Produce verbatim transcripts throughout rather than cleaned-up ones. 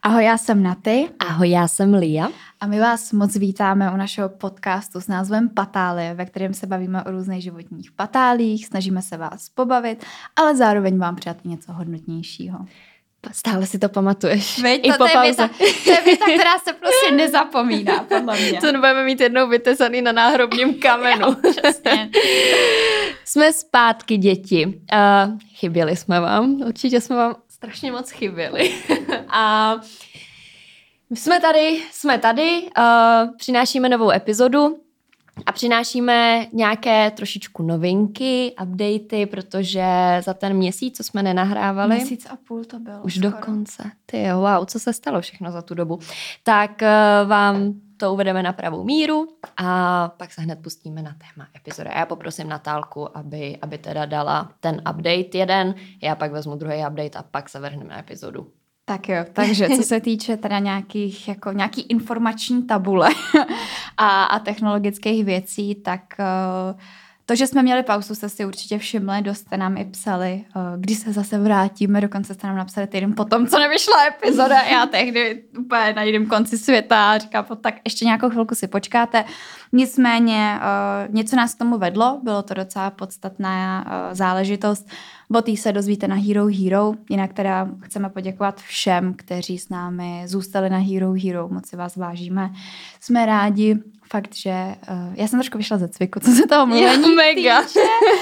Ahoj, já jsem Naty. Ahoj, já jsem Lia. A my vás moc vítáme u našeho podcastu s názvem Patálie, ve kterém se bavíme o různých životních patálích, snažíme se vás pobavit, ale zároveň vám přát něco hodnotnějšího. Stále si to pamatuješ. Veď, I to, po to, je pauze. věta, to je věta, která se prostě nezapomíná, podle mě. To budeme mít jednou vytesaný na náhrobním kamenu. Jo, přesně. Jsme zpátky, děti. Uh, chyběli jsme vám. Určitě jsme vám strašně moc chyběli. A jsme tady, jsme tady, uh, přinášíme novou epizodu a přinášíme nějaké trošičku novinky, updaty, protože za ten měsíc, co jsme nenahrávali. Měsíc a půl to bylo. Už skoro. dokonce. Ty jo, wow, co se stalo všechno za tu dobu. Tak uh, vám to uvedeme na pravou míru a pak se hned pustíme na téma epizody. A já poprosím Natálku, aby, aby teda dala ten update jeden, já pak vezmu druhý update a pak se vrhneme na epizodu. Tak jo, takže co se týče teda nějakých, jako nějaký informační tabule a, a technologických věcí, tak uh, to, že jsme měli pauzu, jste si určitě všimli, dost jste nám i psali, uh, kdy se zase vrátíme, dokonce jste nám napsali týden potom, co nevyšla epizoda, já tehdy úplně na jiném konci světa a říkám, tak ještě nějakou chvilku si počkáte. Nicméně uh, něco nás k tomu vedlo, bylo to docela podstatná uh, záležitost. O té se dozvíte na Hero Hero, jinak teda chceme poděkovat všem, kteří s námi zůstali na Hero Hero, moc si vás vážíme. Jsme rádi, fakt, že uh, já jsem trošku vyšla ze cviku, co se toho mluvení mega. týče,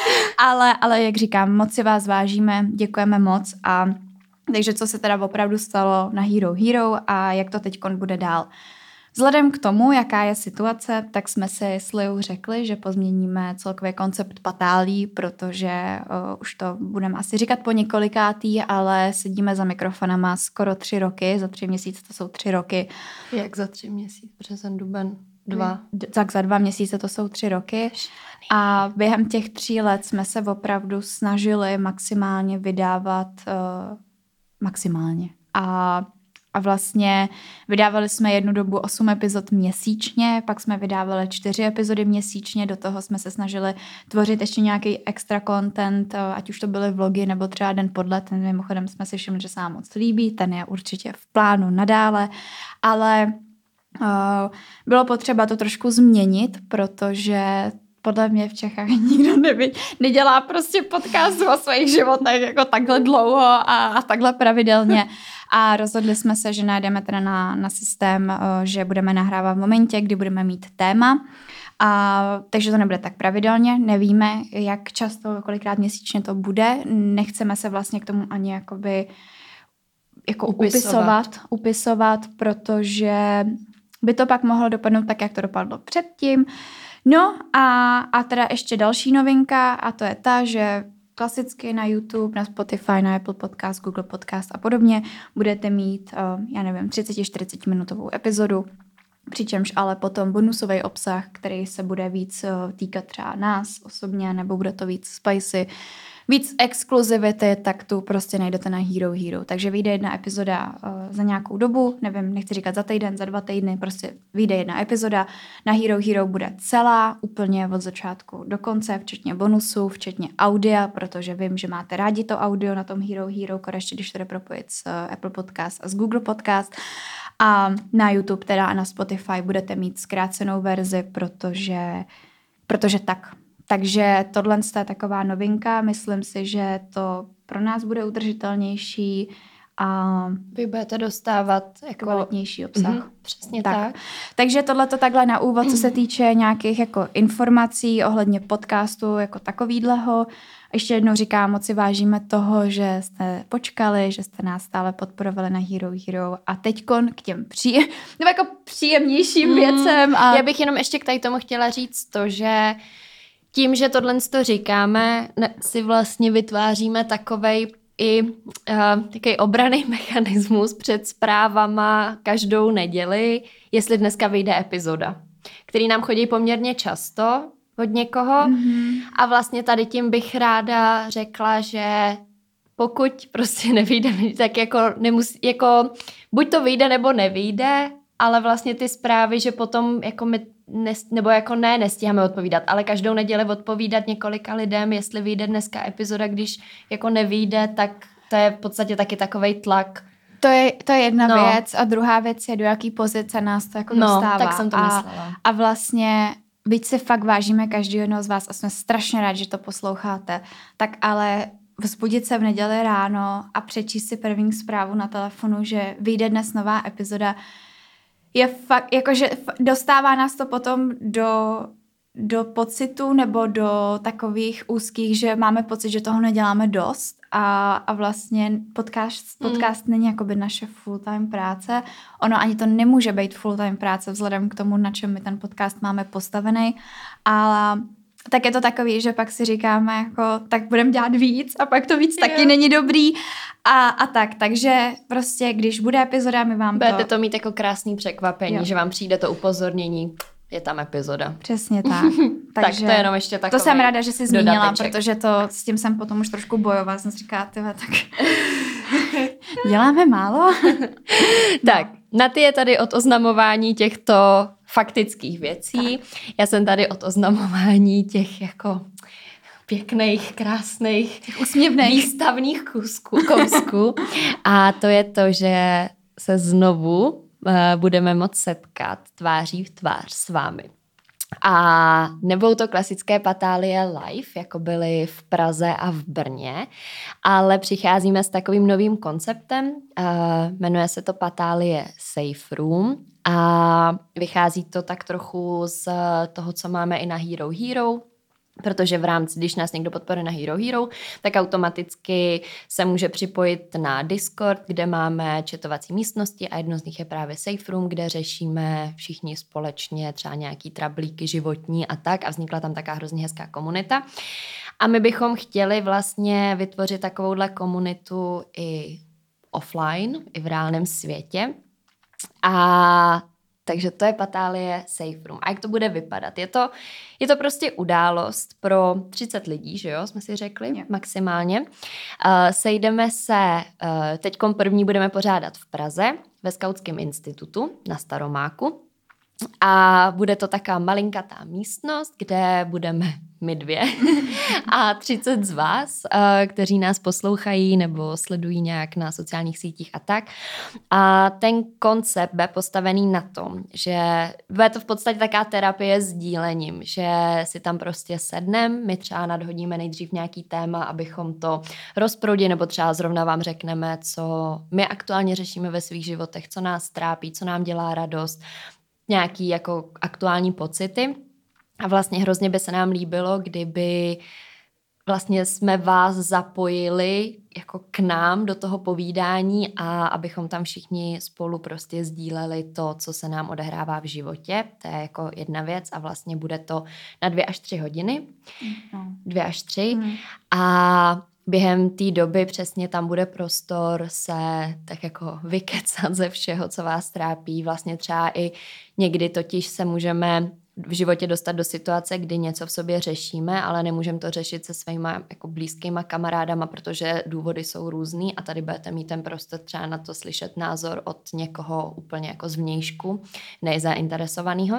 ale, ale jak říkám, moc si vás vážíme, děkujeme moc a takže co se teda opravdu stalo na Hero Hero a jak to teď bude dál. Vzhledem k tomu, jaká je situace, tak jsme si s Liou řekli, že pozměníme celkový koncept patálí, protože uh, už to budeme asi říkat po několikátý, ale sedíme za mikrofonama skoro tři roky, za tři měsíce to jsou tři roky. Jak za tři měsíce? Březen, duben, dva. D- tak za dva měsíce to jsou tři roky. A během těch tří let jsme se opravdu snažili maximálně vydávat uh, maximálně. A A vlastně vydávali jsme jednu dobu osm epizod měsíčně, pak jsme vydávali čtyři epizody měsíčně, do toho jsme se snažili tvořit ještě nějaký extra content, ať už to byly vlogy nebo třeba Den podle, ten mimochodem jsme si všimli, že se nám moc líbí, ten je určitě v plánu nadále, ale uh, bylo potřeba to trošku změnit, protože podle mě v Čechách nikdo neví, nedělá prostě podcast o svých životech jako takhle dlouho a, a takhle pravidelně. A rozhodli jsme se, že najdeme teda na, na systém, že budeme nahrávat v momentě, kdy budeme mít téma. A, takže to nebude tak pravidelně, nevíme, jak často, kolikrát měsíčně to bude. Nechceme se vlastně k tomu ani jakoby jako upisovat, upisovat, upisovat, protože by to pak mohlo dopadnout tak, jak to dopadlo předtím. No a, a teda ještě další novinka a to je ta, že klasicky na YouTube, na Spotify, na Apple Podcast, Google Podcast a podobně budete mít, já nevím, třicet až čtyřicet minutovou epizodu, přičemž ale potom bonusový obsah, který se bude víc týkat třeba nás osobně, nebo bude to víc spicy, víc exkluzivity, tak tu prostě najdete na Hero Hero. Takže vyjde jedna epizoda uh, za nějakou dobu, nevím, nechci říkat za týden, za dva týdny, prostě vyjde jedna epizoda. Na Hero Hero bude celá, úplně od začátku do konce, včetně bonusů, včetně audia, protože vím, že máte rádi to audio na tom Hero Hero, konečně když to jde propojit s uh, Apple Podcast a s Google Podcast. A na YouTube teda a na Spotify budete mít zkrácenou verzi, protože, protože tak. Takže tohle je taková novinka, myslím si, že to pro nás bude udržitelnější a vy budete dostávat jako kvalitnější obsah. Mm-hmm, přesně tak. tak. Takže tohle to takhle na úvod, co se týče nějakých jako informací ohledně podcastu jako takovýhleho. Ještě jednou říkám, moc si vážíme toho, že jste počkali, že jste nás stále podporovali na Hero Hero a teďkon k těm příjem, nebo jako příjemnějším mm, věcem. A... Já bych jenom ještě k tady tomu chtěla říct to, že tím, že tohle to říkáme, si vlastně vytváříme takovej i uh, takový obranný mechanismus před zprávama každou neděli, jestli dneska vyjde epizoda, který nám chodí poměrně často od někoho. Mm-hmm. A vlastně tady tím bych ráda řekla, že pokud prostě nevyjde, tak jako, nemusí, jako buď to vyjde nebo nevyjde, ale vlastně ty zprávy, že potom jako my Nes, nebo jako ne, nestíháme odpovídat, ale každou neděli odpovídat několika lidem, jestli vyjde dneska epizoda, když jako nevyjde, tak to je v podstatě taky takovej tlak To je, to je jedna no. věc a druhá věc je, do jaký pozice nás to jako no, dostává. tak jsem to a, myslela. A vlastně, byť si fakt vážíme každého jednoho z vás a jsme strašně rádi, že to posloucháte, tak ale vzbudit se v neděli ráno a přečíst si první zprávu na telefonu, že vyjde dnes nová epizoda, je fakt, jakože dostává nás to potom do, do pocitu nebo do takových úzkých, že máme pocit, že toho neděláme dost a, a vlastně podcast, podcast mm. není jakoby naše full-time práce. Ono ani to nemůže být full-time práce vzhledem k tomu, na čem my ten podcast máme postavený, ale tak je to takový, že pak si říkáme, jako, tak budeme dělat víc a pak to víc yeah. taky není dobrý a, a tak. Takže prostě, když bude epizoda, my vám Budete to... Budete to mít jako krásný překvapení, jo. že vám přijde to upozornění, je tam epizoda. Přesně tak. Takže tak to je jenom ještě takový to jsem ráda, že jsi zmínila, dodateček. Protože to s tím jsem potom už trošku bojovala. Jsem si říkala, tyhle, tak děláme málo. Tak, Naty je tady od oznamování těchto faktických věcí. Tak. Já jsem tady od oznamování těch jako pěkných, krásných, těch úsměvných výstavných kousků, kousků. A to je to, že se znovu uh, budeme moct setkat tváří v tvář s vámi. A nebudou to klasické patálie live, jako byly v Praze a v Brně, ale přicházíme s takovým novým konceptem, uh, jmenuje se to patálie Safe Room a vychází to tak trochu z toho, co máme i na Hero Hero, protože v rámci, když nás někdo podporuje na Hero Hero, tak automaticky se může připojit na Discord, kde máme chatovací místnosti a jedno z nich je právě Safe Room, kde řešíme všichni společně třeba nějaký trablíky životní a tak a vznikla tam taká hrozně hezká komunita. A my bychom chtěli vlastně vytvořit takovouhle komunitu i offline, i v reálném světě. A takže to je patálie Safe Room. A jak to bude vypadat? Je to, je to prostě událost pro třicet lidí, že jo, jsme si řekli, yeah. maximálně. Uh, sejdeme se, uh, teďkom první budeme pořádat v Praze, ve Skautském institutu na Staromáku. A bude to taká malinkatá místnost, kde budeme my dvě a třicet z vás, kteří nás poslouchají nebo sledují nějak na sociálních sítích a tak. A ten koncept je postavený na tom, že bude to v podstatě taká terapie s dílením, že si tam prostě sednem, my třeba nadhodíme nejdřív nějaký téma, abychom to rozproudili, nebo třeba zrovna vám řekneme, co my aktuálně řešíme ve svých životech, co nás trápí, co nám dělá radost, nějaký jako aktuální pocity. A vlastně hrozně by se nám líbilo, kdyby vlastně jsme vás zapojili jako k nám do toho povídání a abychom tam všichni spolu prostě sdíleli to, co se nám odehrává v životě. To je jako jedna věc a vlastně bude to na dvě až tři hodiny. Mm. Dvě až tři. Mm. A během té doby přesně tam bude prostor se tak jako vykecat ze všeho, co vás trápí. Vlastně třeba i někdy totiž se můžeme v životě dostat do situace, kdy něco v sobě řešíme, ale nemůžeme to řešit se svýma jako blízkýma kamarádama, protože důvody jsou různý a tady budete mít ten prostor třeba na to slyšet názor od někoho úplně jako zvnějšku, nezainteresovaného.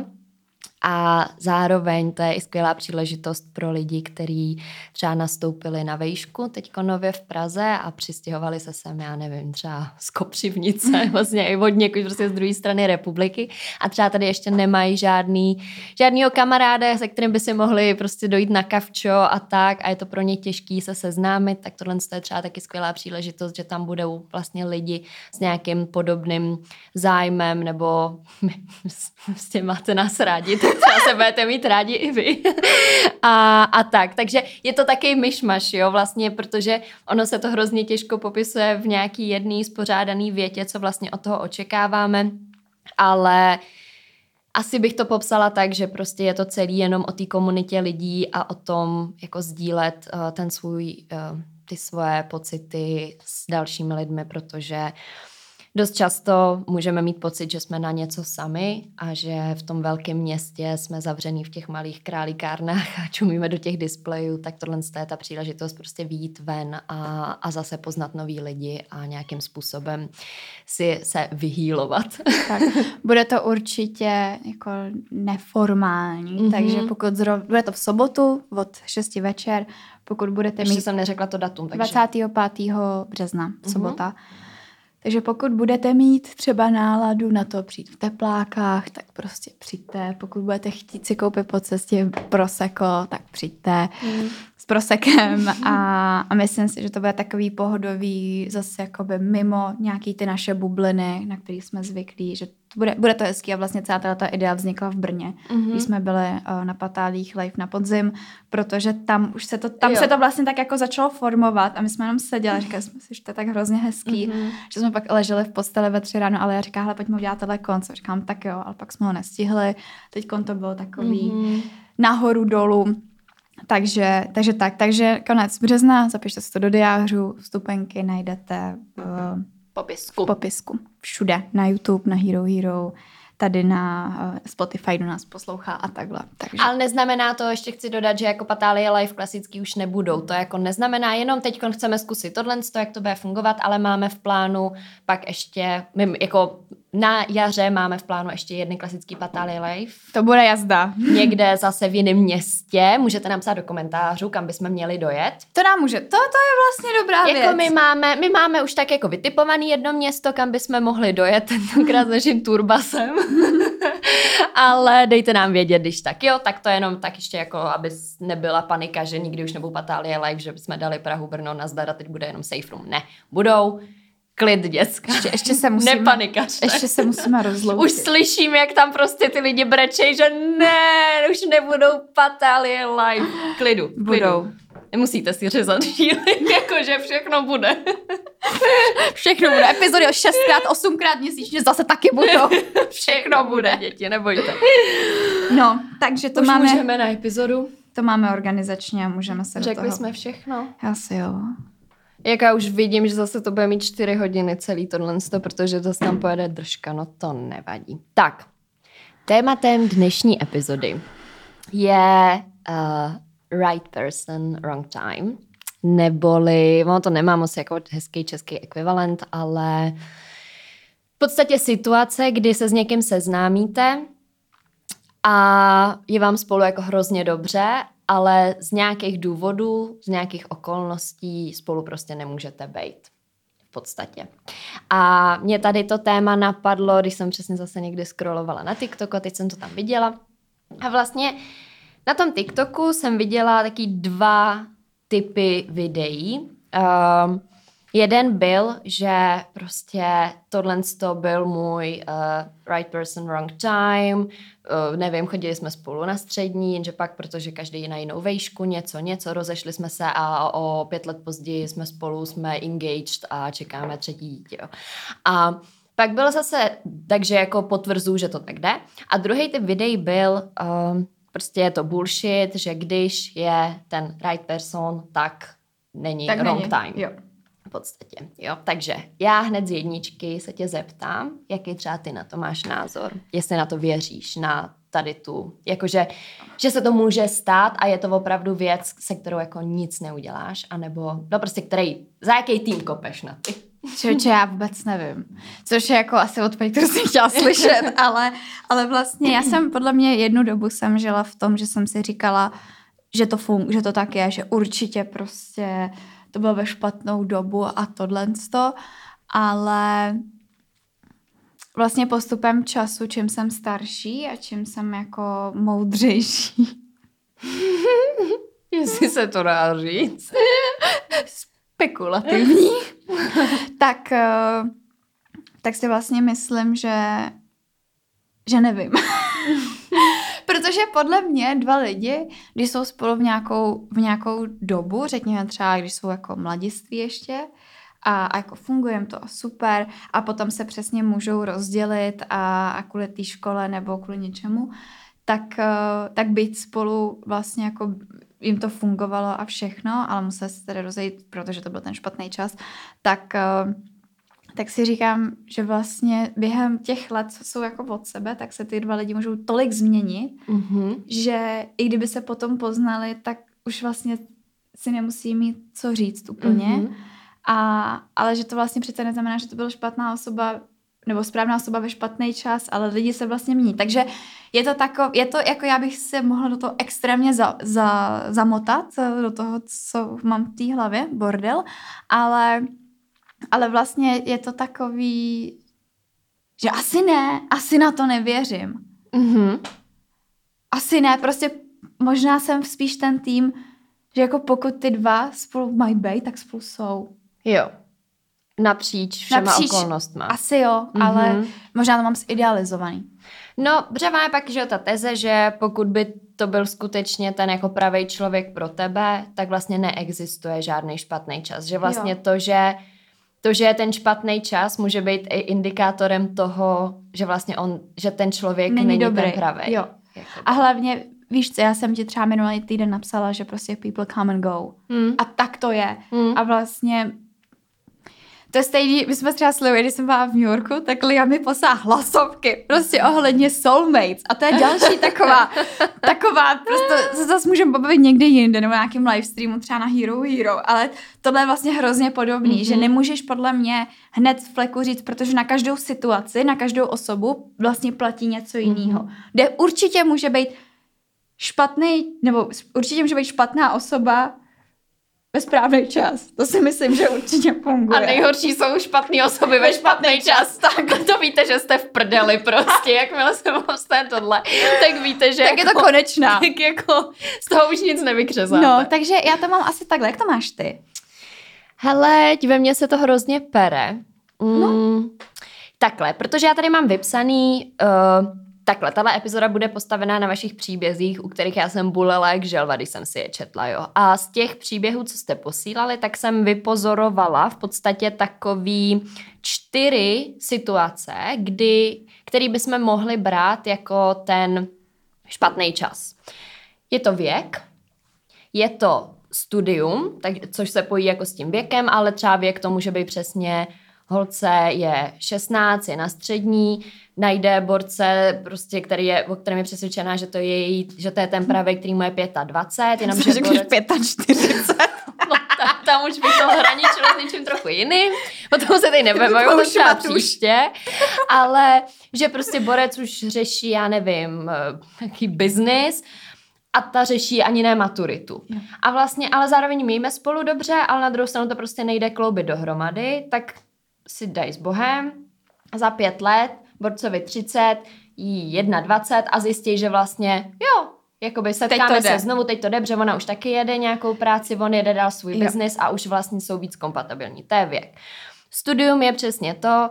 A zároveň to je i skvělá příležitost pro lidi, kteří třeba nastoupili na vejšku teďko nově v Praze a přistěhovali se sem, já nevím, třeba z Kopřivnice, vlastně i od někud prostě z druhé strany republiky a třeba tady ještě nemají žádný, žádnýho kamaráda, se kterým by si mohli prostě dojít na kavčo a tak a je to pro ně těžký se seznámit, tak tohle je třeba taky skvělá příležitost, že tam budou vlastně lidi s nějakým podobným zájmem nebo prostě máte nás rádi, tak třeba se budete mít rádi i vy. a, a tak. Takže je to taky myšmaš, jo, vlastně, protože ono se to hrozně těžko popisuje v nějaký jedný spořádaný větě, co vlastně od toho očekáváme, ale asi bych to popsala tak, že prostě je to celý jenom o té komunitě lidí a o tom, jako sdílet uh, ten svůj, uh, ty svoje pocity s dalšími lidmi, protože dost často můžeme mít pocit, že jsme na něco sami a že v tom velkém městě jsme zavřený v těch malých králíkárnách a čumíme do těch displejů, tak tohle je ta příležitost prostě vyjít ven a, a zase poznat nový lidi a nějakým způsobem si se vyhýlovat. Tak, bude to určitě jako neformální, mm-hmm. takže pokud zro... bude to v sobotu od šesti večer, pokud budete Ještě mít... jsem neřekla to datum. Takže... dvacátého pátého března, sobota. Mm-hmm. Takže pokud budete mít třeba náladu na to přijít v teplákách, tak prostě přijďte. Pokud budete chtít si koupit po cestě prosecco, tak přijďte mm. s prosekem a, a myslím si, že to bude takový pohodový zase jakoby mimo nějaký ty naše bubliny, na který jsme zvyklí, že to bude, bude to hezký a vlastně celá ta idea vznikla v Brně, mm-hmm. když jsme byli uh, na Patálích live na podzim, protože tam už se to, tam se to vlastně tak jako začalo formovat a my jsme jenom seděli a říkali jsme si, že to je tak hrozně hezký, mm-hmm. že jsme pak leželi v posteli ve tři ráno, ale já říkám, hele, pojďme udělat tenhle koncert. Říkám, tak jo, ale pak jsme ho nestihli, teď to bylo takový mm-hmm. nahoru dolů. Takže, takže tak, takže konec března, zapište si to do diářů, vstupenky najdete v popisku. popisku. Všude, na YouTube, na Hero Hero, tady na uh, Spotify, do nás poslouchá a takhle. Takže. Ale neznamená to, ještě chci dodat, že jako Patálie live klasický už nebudou. To jako neznamená, jenom teď chceme zkusit tohle, jak to bude fungovat, ale máme v plánu pak ještě, my jako na jaře máme v plánu ještě jedny klasický Patálie live. To bude jazda. Někde zase v jiném městě. Můžete nám psát do komentářů, kam bychom měli dojet. To nám může. To, to je vlastně dobrá jako věc. My máme, my máme už tak jako vytipovaný jedno město, kam bychom mohli dojet tentokrát s naším turbasem. Ale dejte nám vědět, když tak jo, tak to jenom tak ještě jako, aby nebyla panika, že nikdy už nebudou Patálie live, že bychom dali Prahu, Brno, nazdar a teď bude jenom safe room. Ne, budou. Klid, děcka. Ještě, ještě se musíme, nepanikařte. Ještě se musíme rozloučit. Už slyším, jak tam prostě ty lidi brečej, že ne, už nebudou Patálie live. Klidu, klidu. Budou. Nemusíte si řezat díly, jakože všechno bude. Všechno bude. Epizody o šestkrát, osmkrát měsíčně zase taky budou. Všechno bude, děti, nebojte. No, takže to už máme... můžeme na epizodu. To máme organizačně a můžeme se Řekli do toho... jsme všechno. Asi jo. Jak já už vidím, že zase to bude mít čtyři hodiny celý tohle, protože zase tam pojede držka, no to nevadí. Tak, tématem dnešní epizody je uh, right person, wrong time, neboli, ono to nemá moc jako hezký český ekvivalent, ale v podstatě situace, kdy se s někým seznámíte a je vám spolu jako hrozně dobře, ale z nějakých důvodů, z nějakých okolností spolu prostě nemůžete být. V podstatě. A mě tady to téma napadlo, když jsem přesně zase někdy scrollovala na TikToku, teď jsem to tam viděla. A vlastně na tom TikToku jsem viděla taky dva typy videí. Um, jeden byl, že prostě tohle byl můj uh, right person, wrong time. Uh, nevím, chodili jsme spolu na střední, jenže pak, protože každý na jinou vejšku, něco, něco, rozešli jsme se a o pět let později jsme spolu, jsme engaged a čekáme třetí dítě. Jo. A pak byl zase, takže jako potvrzuji, že to tak jde. A druhý typ videí byl, um, prostě je to bullshit, že když je ten right person, tak není tak wrong není. time. Jo. V podstatě, jo. Takže já hned z jedničky se tě zeptám, jaký třeba ty na to máš názor, jestli na to věříš, na tady tu, jakože, že se to může stát a je to opravdu věc, se kterou jako nic neuděláš, anebo, no prostě, který, za jaký tým kopeš na ty? Čoče, já vůbec nevím. Což je jako asi odpověď, kterou jsem chtěla slyšet, ale, ale vlastně já jsem, podle mě jednu dobu jsem žila v tom, že jsem si říkala, že to fun- že to tak je, že určitě prostě to bylo ve špatnou dobu a tohle to, ale vlastně postupem času, čím jsem starší a čím jsem jako moudřejší. Jestli se to dá říct. Spekulativní. tak, tak si vlastně myslím, že, že nevím. Protože podle mě dva lidi, když jsou spolu v nějakou, v nějakou dobu, řekněme třeba, když jsou jako mladiství ještě a, a jako funguje jim to super a potom se přesně můžou rozdělit a, a kvůli té škole nebo kvůli něčemu, tak, tak být spolu vlastně jako jim to fungovalo a všechno, ale museli se tedy rozejít, protože to byl ten špatný čas, tak... tak si říkám, že vlastně během těch let, co jsou jako od sebe, tak se ty dva lidi můžou tolik změnit, mm-hmm. že i kdyby se potom poznali, tak už vlastně si nemusí mít co říct úplně. Mm-hmm. A, ale že to vlastně přece neznamená, že to byla špatná osoba nebo správná osoba ve špatný čas, ale lidi se vlastně mění. Takže je to takové, je to jako já bych se mohla do toho extrémně za, za, zamotat, do toho, co mám v té hlavě, bordel, ale ale vlastně je to takový, že asi ne, asi na to nevěřím. Mm-hmm. Asi ne, prostě možná jsem spíš ten tým, že jako pokud ty dva spolu mají být, tak spolu jsou. Jo. Napříč všema Napříč, okolnostma. Asi jo, mm-hmm. ale možná to mám zidealizovaný. No, protože máme pak, že ta teze, že pokud by to byl skutečně ten jako pravý člověk pro tebe, tak vlastně neexistuje žádný špatný čas. Že vlastně jo. to, že to, že je ten špatný čas, může být i indikátorem toho, že vlastně on, že ten člověk není, není ten pravý. Jo. A hlavně, víš co, já jsem ti třeba minulý týden napsala, že prostě people come and go. Hmm. A tak to je. Hmm. A vlastně to je stejný, my jsme třeba s Liou, když jsem byla v New Yorku, tak Lia mi poslala hlasovky prostě ohledně soulmates. A to je další taková, taková, prostě se zase můžeme pobavit někde jinde, nebo nějakým livestreamu, třeba na Hero Hero, ale tohle je vlastně hrozně podobný, mm-hmm. že nemůžeš podle mě hned v fleku říct, protože na každou situaci, na každou osobu vlastně platí něco jiného. Mm-hmm. Kde určitě může být špatný, nebo určitě může být špatná osoba ve správný čas. To si myslím, že určitě funguje. A nejhorší jsou špatné osoby ve špatný čas. Tak to víte, že jste v prdeli prostě. Jakmile se vám stane tohle, tak víte, že... Tak jako, je to konečná. Tak jako z toho už nic nevykřezáte. No, takže já to mám asi takhle. Jak to máš ty? Hele, ve mně se to hrozně pere. Mm, no. Takhle, protože já tady mám vypsaný... Uh, Takhle, tahle epizoda bude postavená na vašich příbězích, u kterých já jsem bulela jak želva, když jsem si je četla, jo. A z těch příběhů, co jste posílali, tak jsem vypozorovala v podstatě takový čtyři situace, kdy, který bychom mohli brát jako ten špatný čas. Je to věk, je to studium, tak, což se pojí jako s tím věkem, ale třeba věk to může být přesně holce je šestnáct, je na střední, najde borce, prostě, který je, o kterém je přesvědčená, že to je, její, že to je ten pravý, který mu je dvacet pět, jenom že borec... čtyřicet pět. No, tam, tam už bych to hraničilo s něčím trochu jiným, o tom se teď nebudeme, to třeba příště, ale že prostě borec už řeší, já nevím, jaký biznis, a ta řeší ani ne maturitu. A vlastně, ale zároveň mějme spolu dobře, ale na druhou stranu to prostě nejde kloubit dohromady, tak si daj s Bohem a za pět let, borcovi třicet, jí dvacet jedna a zjistí, že vlastně, jo, jakoby setkáme se znovu, teď to jde, protože ona už taky jede nějakou práci, on jede dál svůj biznis a už vlastně jsou víc kompatibilní. To je věk. Studium je přesně to,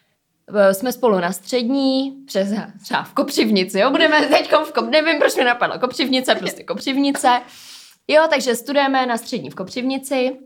jsme spolu na střední, přes třeba v Kopřivnici, jo, budeme teďkom v Kop, nevím, proč mi napadlo Kopřivnice, prostě Kopřivnice. Jo, takže studujeme na střední v Kopřivnici.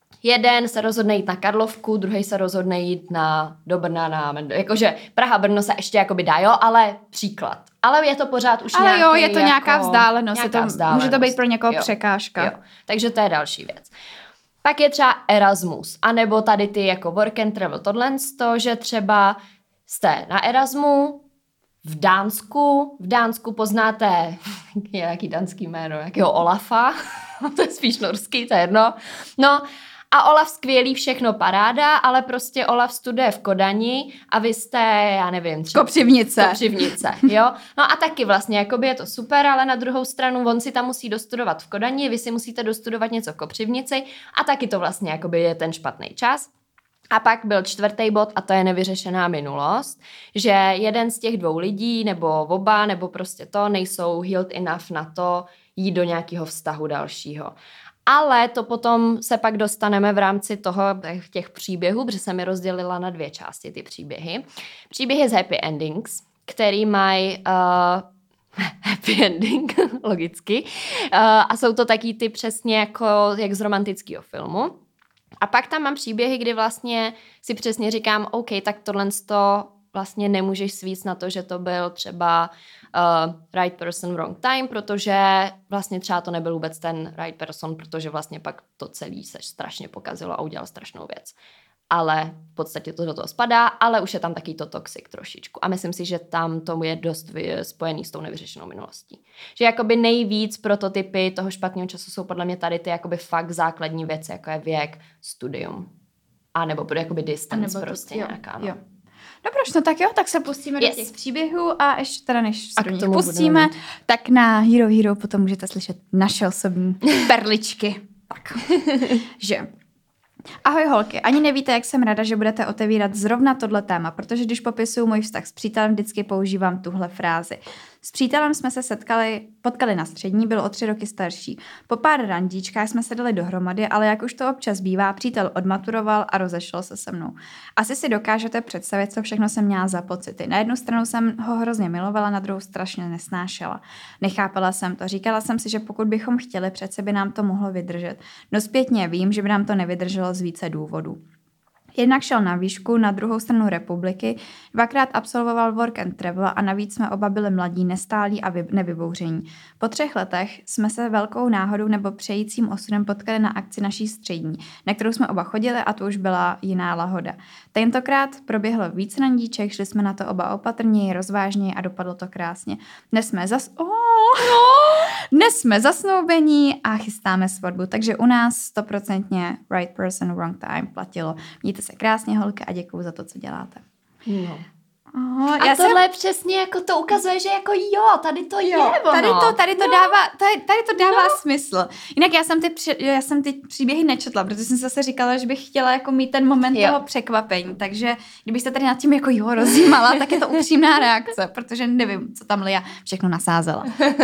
Jeden se rozhodne jít na Karlovku, druhý se rozhodne jít na, do Brna, na, jakože Praha, Brno se ještě jakoby dá, jo, ale příklad. Ale je to pořád už ale nějaký, jo, je to jako, nějaká vzdálenost, nějaká je to, vzdálenost. Může to být pro někoho jo, překážka. Jo. Takže to je další věc. Pak je třeba Erasmus, anebo tady ty jako work and travel, tohle to, že třeba jste na Erasmu, v Dánsku, v Dánsku poznáte nějaký dánský jméno, jakého Olafa, to je spíš norský, to je jedno. No a Olaf skvělý, všechno paráda, ale prostě Olaf studuje v Kodani a vy jste, já nevím, třeba... Kopřivnice. Kopřivnice, jo. No a taky vlastně, jakoby je to super, ale na druhou stranu on si tam musí dostudovat v Kodani, vy si musíte dostudovat něco v Kopřivnici a taky to vlastně jakoby je ten špatný čas. A pak byl čtvrtý bod a to je nevyřešená minulost, že jeden z těch dvou lidí, nebo oba, nebo prostě to, nejsou healed enough na to jít do nějakého vztahu dalšího. Ale to potom se pak dostaneme v rámci toho těch příběhů, protože jsem je rozdělila na dvě části ty příběhy. Příběhy z happy endings, který mají uh, happy ending, logicky, uh, a jsou to taky ty přesně jako jak z romantického filmu. A pak tam mám příběhy, kdy vlastně si přesně říkám, OK, tak tohle to vlastně nemůžeš svíct na to, že to byl třeba uh, right person, wrong time, protože vlastně třeba to nebyl vůbec ten right person, protože vlastně pak to celé se strašně pokazilo a udělal strašnou věc. Ale v podstatě to do toho spadá, ale už je tam taky to toxic trošičku. A myslím si, že tam tomu je dost spojený s tou nevyřešenou minulostí. Že jakoby nejvíc prototypy toho špatného času jsou podle mě tady ty jakoby fakt základní věci, jako je věk, studium. A nebo bude jakoby distance prostě to, jo, nějaká. No. Jo. Dobroš, no tak jo, tak se pustíme yes. do těch příběhů a ještě teda než se do nich pustíme, budeme. Tak na Hero Hero potom můžete slyšet naše osobní perličky. Tak, že... Ahoj holky, ani nevíte, jak jsem ráda, že budete otevírat zrovna tohle téma, protože když popisuju můj vztah s přítelem, vždycky používám tuhle frázi. S přítelem jsme se setkali, potkali na střední, byl o tři roky starší. Po pár randíčkách jsme se dali dohromady, ale jak už to občas bývá, přítel odmaturoval a rozešel se se mnou. Asi si dokážete představit, co všechno jsem měla za pocity. Na jednu stranu jsem ho hrozně milovala, na druhou strašně nesnášela. Nechápala jsem to, říkala jsem si, že pokud bychom chtěli, přece by nám to mohlo vydržet. No zpětně vím, že by nám to nevydrželo z více důvodů. Jednak šel na výšku na druhou stranu republiky, dvakrát absolvoval work and travel a navíc jsme oba byli mladí, nestálí a nevybouření. Po třech letech jsme se velkou náhodou nebo přejícím osudem potkali na akci naší střední, na kterou jsme oba chodili a to už byla jiná lahoda. Tentokrát proběhlo víc randíček, šli jsme na to oba opatrněji, rozvážněji a dopadlo to krásně. Dnes jsme zas... Oh, no. Dnes jsme zasnoubení a chystáme svatbu, takže u nás stoprocentně right person, wrong time platilo. Mějte se krásně, holky, a děkuju za to, co děláte. No. Oh, a já tohle jsem... přesně jako to ukazuje, že jako jo, tady to jo, je ono. Tady to, tady to no. dává, tady, tady to dává no. smysl. Jinak já jsem, ty, já jsem ty příběhy nečetla, protože jsem zase říkala, že bych chtěla jako mít ten moment jo. toho překvapení, takže kdybyste tady nad tím jako jo rozjímala, tak je to upřímná reakce, protože nevím, co tam Lia všechno nasázela.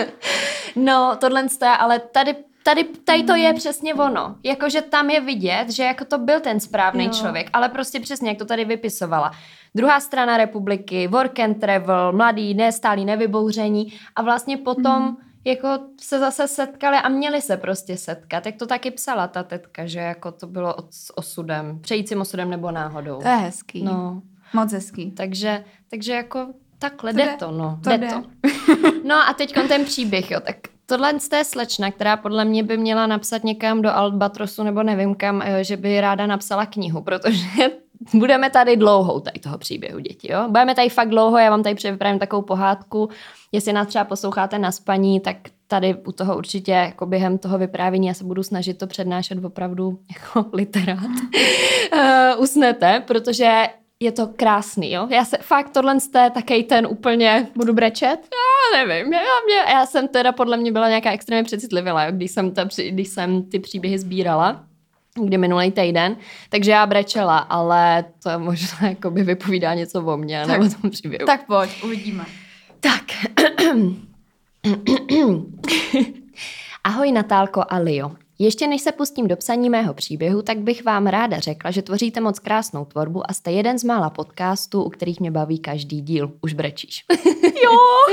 No, tohle je, ale tady Tady, tady to je přesně ono. Jakože tam je vidět, že jako to byl ten správný jo. člověk, ale prostě přesně, jak to tady vypisovala. Druhá strana republiky, work and travel, mladý, nestálý, nevybouření a vlastně potom mm. jako se zase setkali a měli se prostě setkat. Jak to taky psala ta tetka, že jako to bylo s osudem, přejícím osudem nebo náhodou. To je hezký. No. Moc hezký. Takže, takže jako takhle to jde jde. to, no. To jde jde. to. No a teď ten příběh, jo, tak tohle z té slečna, která podle mě by měla napsat někam do Albatrosu nebo nevím kam, že by ráda napsala knihu, protože budeme tady dlouhou tady toho příběhu, děti, jo. Budeme tady fakt dlouho, já vám tady připravím takovou pohádku, jestli nás třeba posloucháte na spaní, tak tady u toho určitě jako během toho vyprávění já se budu snažit to přednášet opravdu jako literát. uh, usnete, protože je to krásný, jo. Já se fakt tohle jste takej ten úplně... Budu brečet? Já nevím, já, mě, já jsem teda podle mě byla nějaká extrémně přecitlivila, jo, když jsem, ta, když jsem ty příběhy sbírala, kdy minulý týden, takže já brečela, ale to možná jako by vypovídá něco o mně, nebo o tom příběhu. Tak pojď, uvidíme. Tak. Ahoj Natálko a Lio. Ještě než se pustím do psaní mého příběhu, tak bych vám ráda řekla, že tvoříte moc krásnou tvorbu a jste jeden z mála podcastů, u kterých mě baví každý díl. Už brečíš. Jo!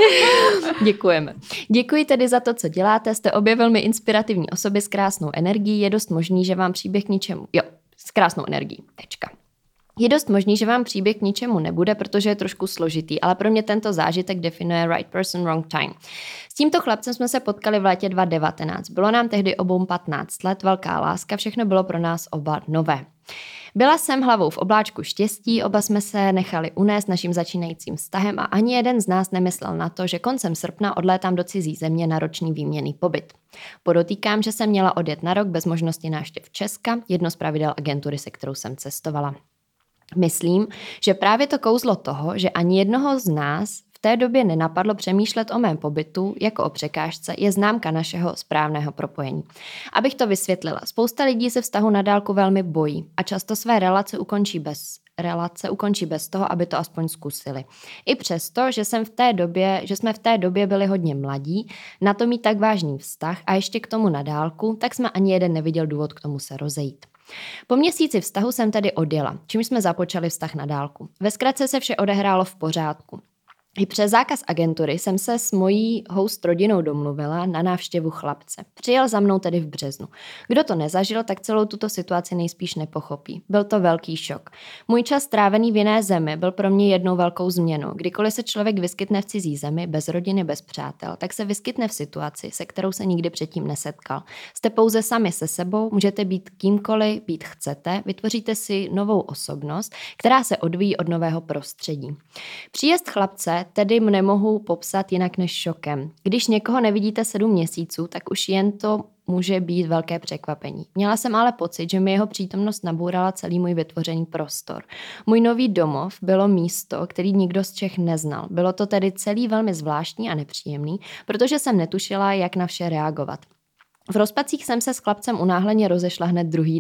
Děkujeme. Děkuji tedy za to, co děláte. Jste obě velmi inspirativní osoby s krásnou energií. Je dost možný, že vám příběh k ničemu... Jo, s krásnou energií. Tečka. Je dost možný, že vám příběh k ničemu nebude, protože je trošku složitý, ale pro mě tento zážitek definuje right person, wrong time. S tímto chlapcem jsme se potkali v létě dva tisíce devatenáct. Bylo nám tehdy obou patnáct let, velká láska, všechno bylo pro nás oba nové. Byla jsem hlavou v obláčku štěstí, oba jsme se nechali unést naším začínajícím vztahem a ani jeden z nás nemyslel na to, že koncem srpna odlétám do cizí země na roční výměnný pobyt. Podotýkám, že jsem měla odjet na rok bez možnosti návštěv Česka, jedno z pravidel agentury, se kterou jsem cestovala. Myslím, že právě to kouzlo toho, že ani jednoho z nás v té době nenapadlo přemýšlet o mém pobytu jako o překážce, je známka našeho správného propojení. Abych to vysvětlila, spousta lidí se vztahu na dálku velmi bojí a často své relace ukončí bez relace ukončí bez toho, aby to aspoň zkusili. I přesto, že jsem v té době, že jsme v té době byli hodně mladí, na to mít tak vážný vztah a ještě k tomu na dálku, tak jsme ani jeden neviděl důvod k tomu se rozejít. Po měsíci vztahu jsem tedy odjela, čímž jsme započali vztah na dálku. Ve zkratce se vše odehrálo v pořádku. I přes zákaz agentury jsem se s mojí host rodinou domluvila na návštěvu chlapce. Přijel za mnou tedy v březnu. Kdo to nezažil, tak celou tuto situaci nejspíš nepochopí. Byl to velký šok. Můj čas strávený v jiné zemi byl pro mě jednou velkou změnou. Kdykoliv se člověk vyskytne v cizí zemi, bez rodiny, bez přátel, tak se vyskytne v situaci, se kterou se nikdy předtím nesetkal. Jste pouze sami se sebou, můžete být kýmkoliv být chcete, vytvoříte si novou osobnost, která se odvíjí od nového prostředí. Příjezd chlapce tedy nemohu popsat jinak než šokem. Když někoho nevidíte sedm měsíců, tak už jen to může být velké překvapení. Měla jsem ale pocit, že mi jeho přítomnost nabourala celý můj vytvořený prostor. Můj nový domov bylo místo, který nikdo z Čech neznal. Bylo to tedy celý velmi zvláštní a nepříjemný, protože jsem netušila, jak na vše reagovat. V rozpacích jsem se s chlapcem unáhleně rozešla hned druhý den.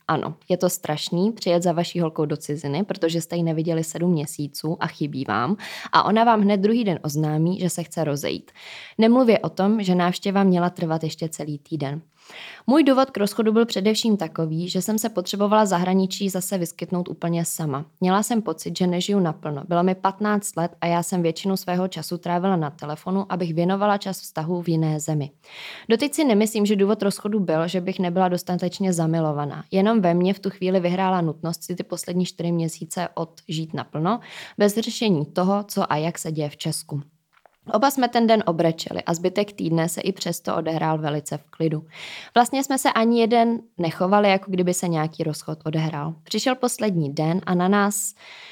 Ano, je to strašný přijet za vaší holkou do ciziny, protože jste ji neviděli sedm měsíců a chybí vám a ona vám hned druhý den oznámí, že se chce rozejít. Nemluvě o tom, že návštěva měla trvat ještě celý týden. Můj důvod k rozchodu byl především takový, že jsem se potřebovala zahraničí zase vyskytnout úplně sama. Měla jsem pocit, že nežiju naplno. Bylo mi patnáct let a já jsem většinu svého času trávila na telefonu, abych věnovala čas vztahu v jiné zemi. Doteď si nemyslím, že důvod rozchodu byl, že bych nebyla dostatečně zamilovaná. Jenom ve mně v tu chvíli vyhrála nutnost si ty poslední čtyři měsíce odžít naplno, bez řešení toho, co a jak se děje v Česku. Oba jsme ten den obrečeli a zbytek týdne se i přesto odehrál velice v klidu. Vlastně jsme se ani jeden nechovali, jako kdyby se nějaký rozchod odehrál. Přišel poslední den a na nás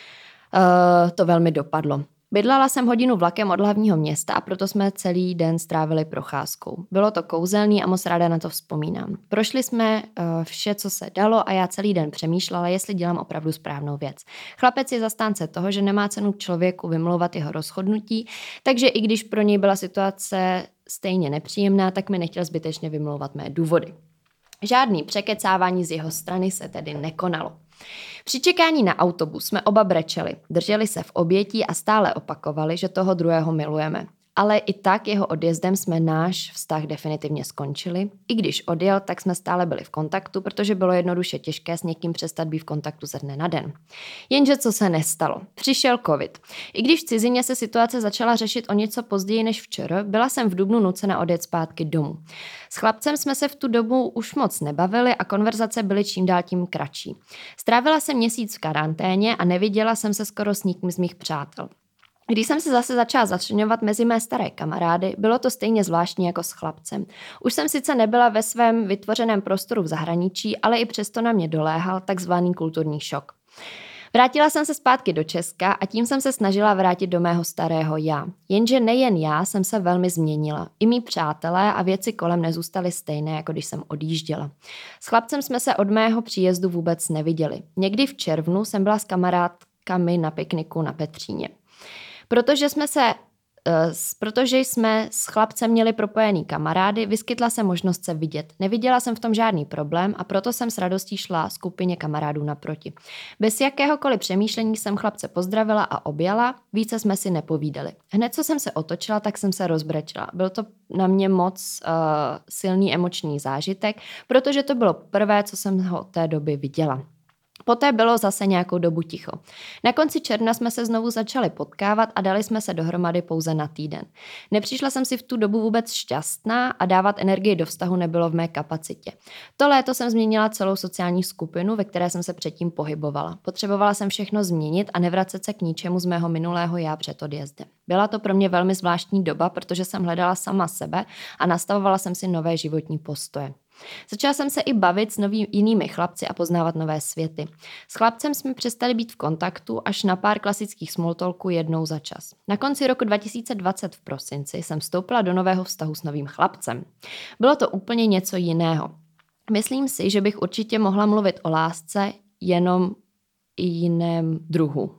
uh, to velmi dopadlo. Bydlela jsem hodinu vlakem od hlavního města a proto jsme celý den strávili procházkou. Bylo to kouzelný a moc ráda na to vzpomínám. Prošli jsme uh, vše, co se dalo a já celý den přemýšlela, jestli dělám opravdu správnou věc. Chlapec je zastánce toho, že nemá cenu člověku vymlouvat jeho rozhodnutí, takže i když pro něj byla situace stejně nepříjemná, tak mi nechtěl zbytečně vymlouvat mé důvody. Žádný překecávání z jeho strany se tedy nekonalo. Při čekání na autobus jsme oba brečeli, drželi se v obětí a stále opakovali, že toho druhého milujeme. Ale i tak jeho odjezdem jsme náš vztah definitivně skončili. I když odjel, tak jsme stále byli v kontaktu, protože bylo jednoduše těžké s někým přestat být v kontaktu ze dne na den. Jenže co se nestalo? Přišel covid. I když v cizině se situace začala řešit o něco později než včera, byla jsem v dubnu nucena odjet zpátky domů. S chlapcem jsme se v tu dobu už moc nebavili a konverzace byly čím dál tím kratší. Strávila jsem měsíc v karanténě a neviděla jsem se skoro s nikým z mých přátel. Když jsem se zase začala začleňovat mezi mé staré kamarády, bylo to stejně zvláštní jako s chlapcem. Už jsem sice nebyla ve svém vytvořeném prostoru v zahraničí, ale i přesto na mě doléhal takzvaný kulturní šok. Vrátila jsem se zpátky do Česka a tím jsem se snažila vrátit do mého starého já. Jenže nejen já jsem se velmi změnila. I mý přátelé a věci kolem nezůstaly stejné, jako když jsem odjížděla. S chlapcem jsme se od mého příjezdu vůbec neviděli. Někdy v červnu jsem byla s kamarádkami na pikniku na Petříně. Protože jsme se, uh, protože jsme s chlapcem měli propojený kamarády, vyskytla se možnost se vidět. Neviděla jsem v tom žádný problém a proto jsem s radostí šla skupině kamarádů naproti. Bez jakéhokoliv přemýšlení jsem chlapce pozdravila a objala, více jsme si nepovídali. Hned co jsem se otočila, tak jsem se rozbrečela. Byl to na mě moc uh, silný emoční zážitek, protože to bylo prvé, co jsem ho od té doby viděla. Poté bylo zase nějakou dobu ticho. Na konci června jsme se znovu začali potkávat a dali jsme se dohromady pouze na týden. Nepřišla jsem si v tu dobu vůbec šťastná a dávat energii do vztahu nebylo v mé kapacitě. To léto jsem změnila celou sociální skupinu, ve které jsem se předtím pohybovala. Potřebovala jsem všechno změnit a nevracet se k ničemu z mého minulého já před odjezdem. Byla to pro mě velmi zvláštní doba, protože jsem hledala sama sebe a nastavovala jsem si nové životní postoje. Začala jsem se i bavit s novými jinými chlapci a poznávat nové světy. S chlapcem jsme přestali být v kontaktu až na pár klasických smalltalků jednou za čas. Na konci roku dva tisíce dvacet v prosinci jsem vstoupila do nového vztahu s novým chlapcem. Bylo to úplně něco jiného. Myslím si, že bych určitě mohla mluvit o lásce jenom i jiném druhu.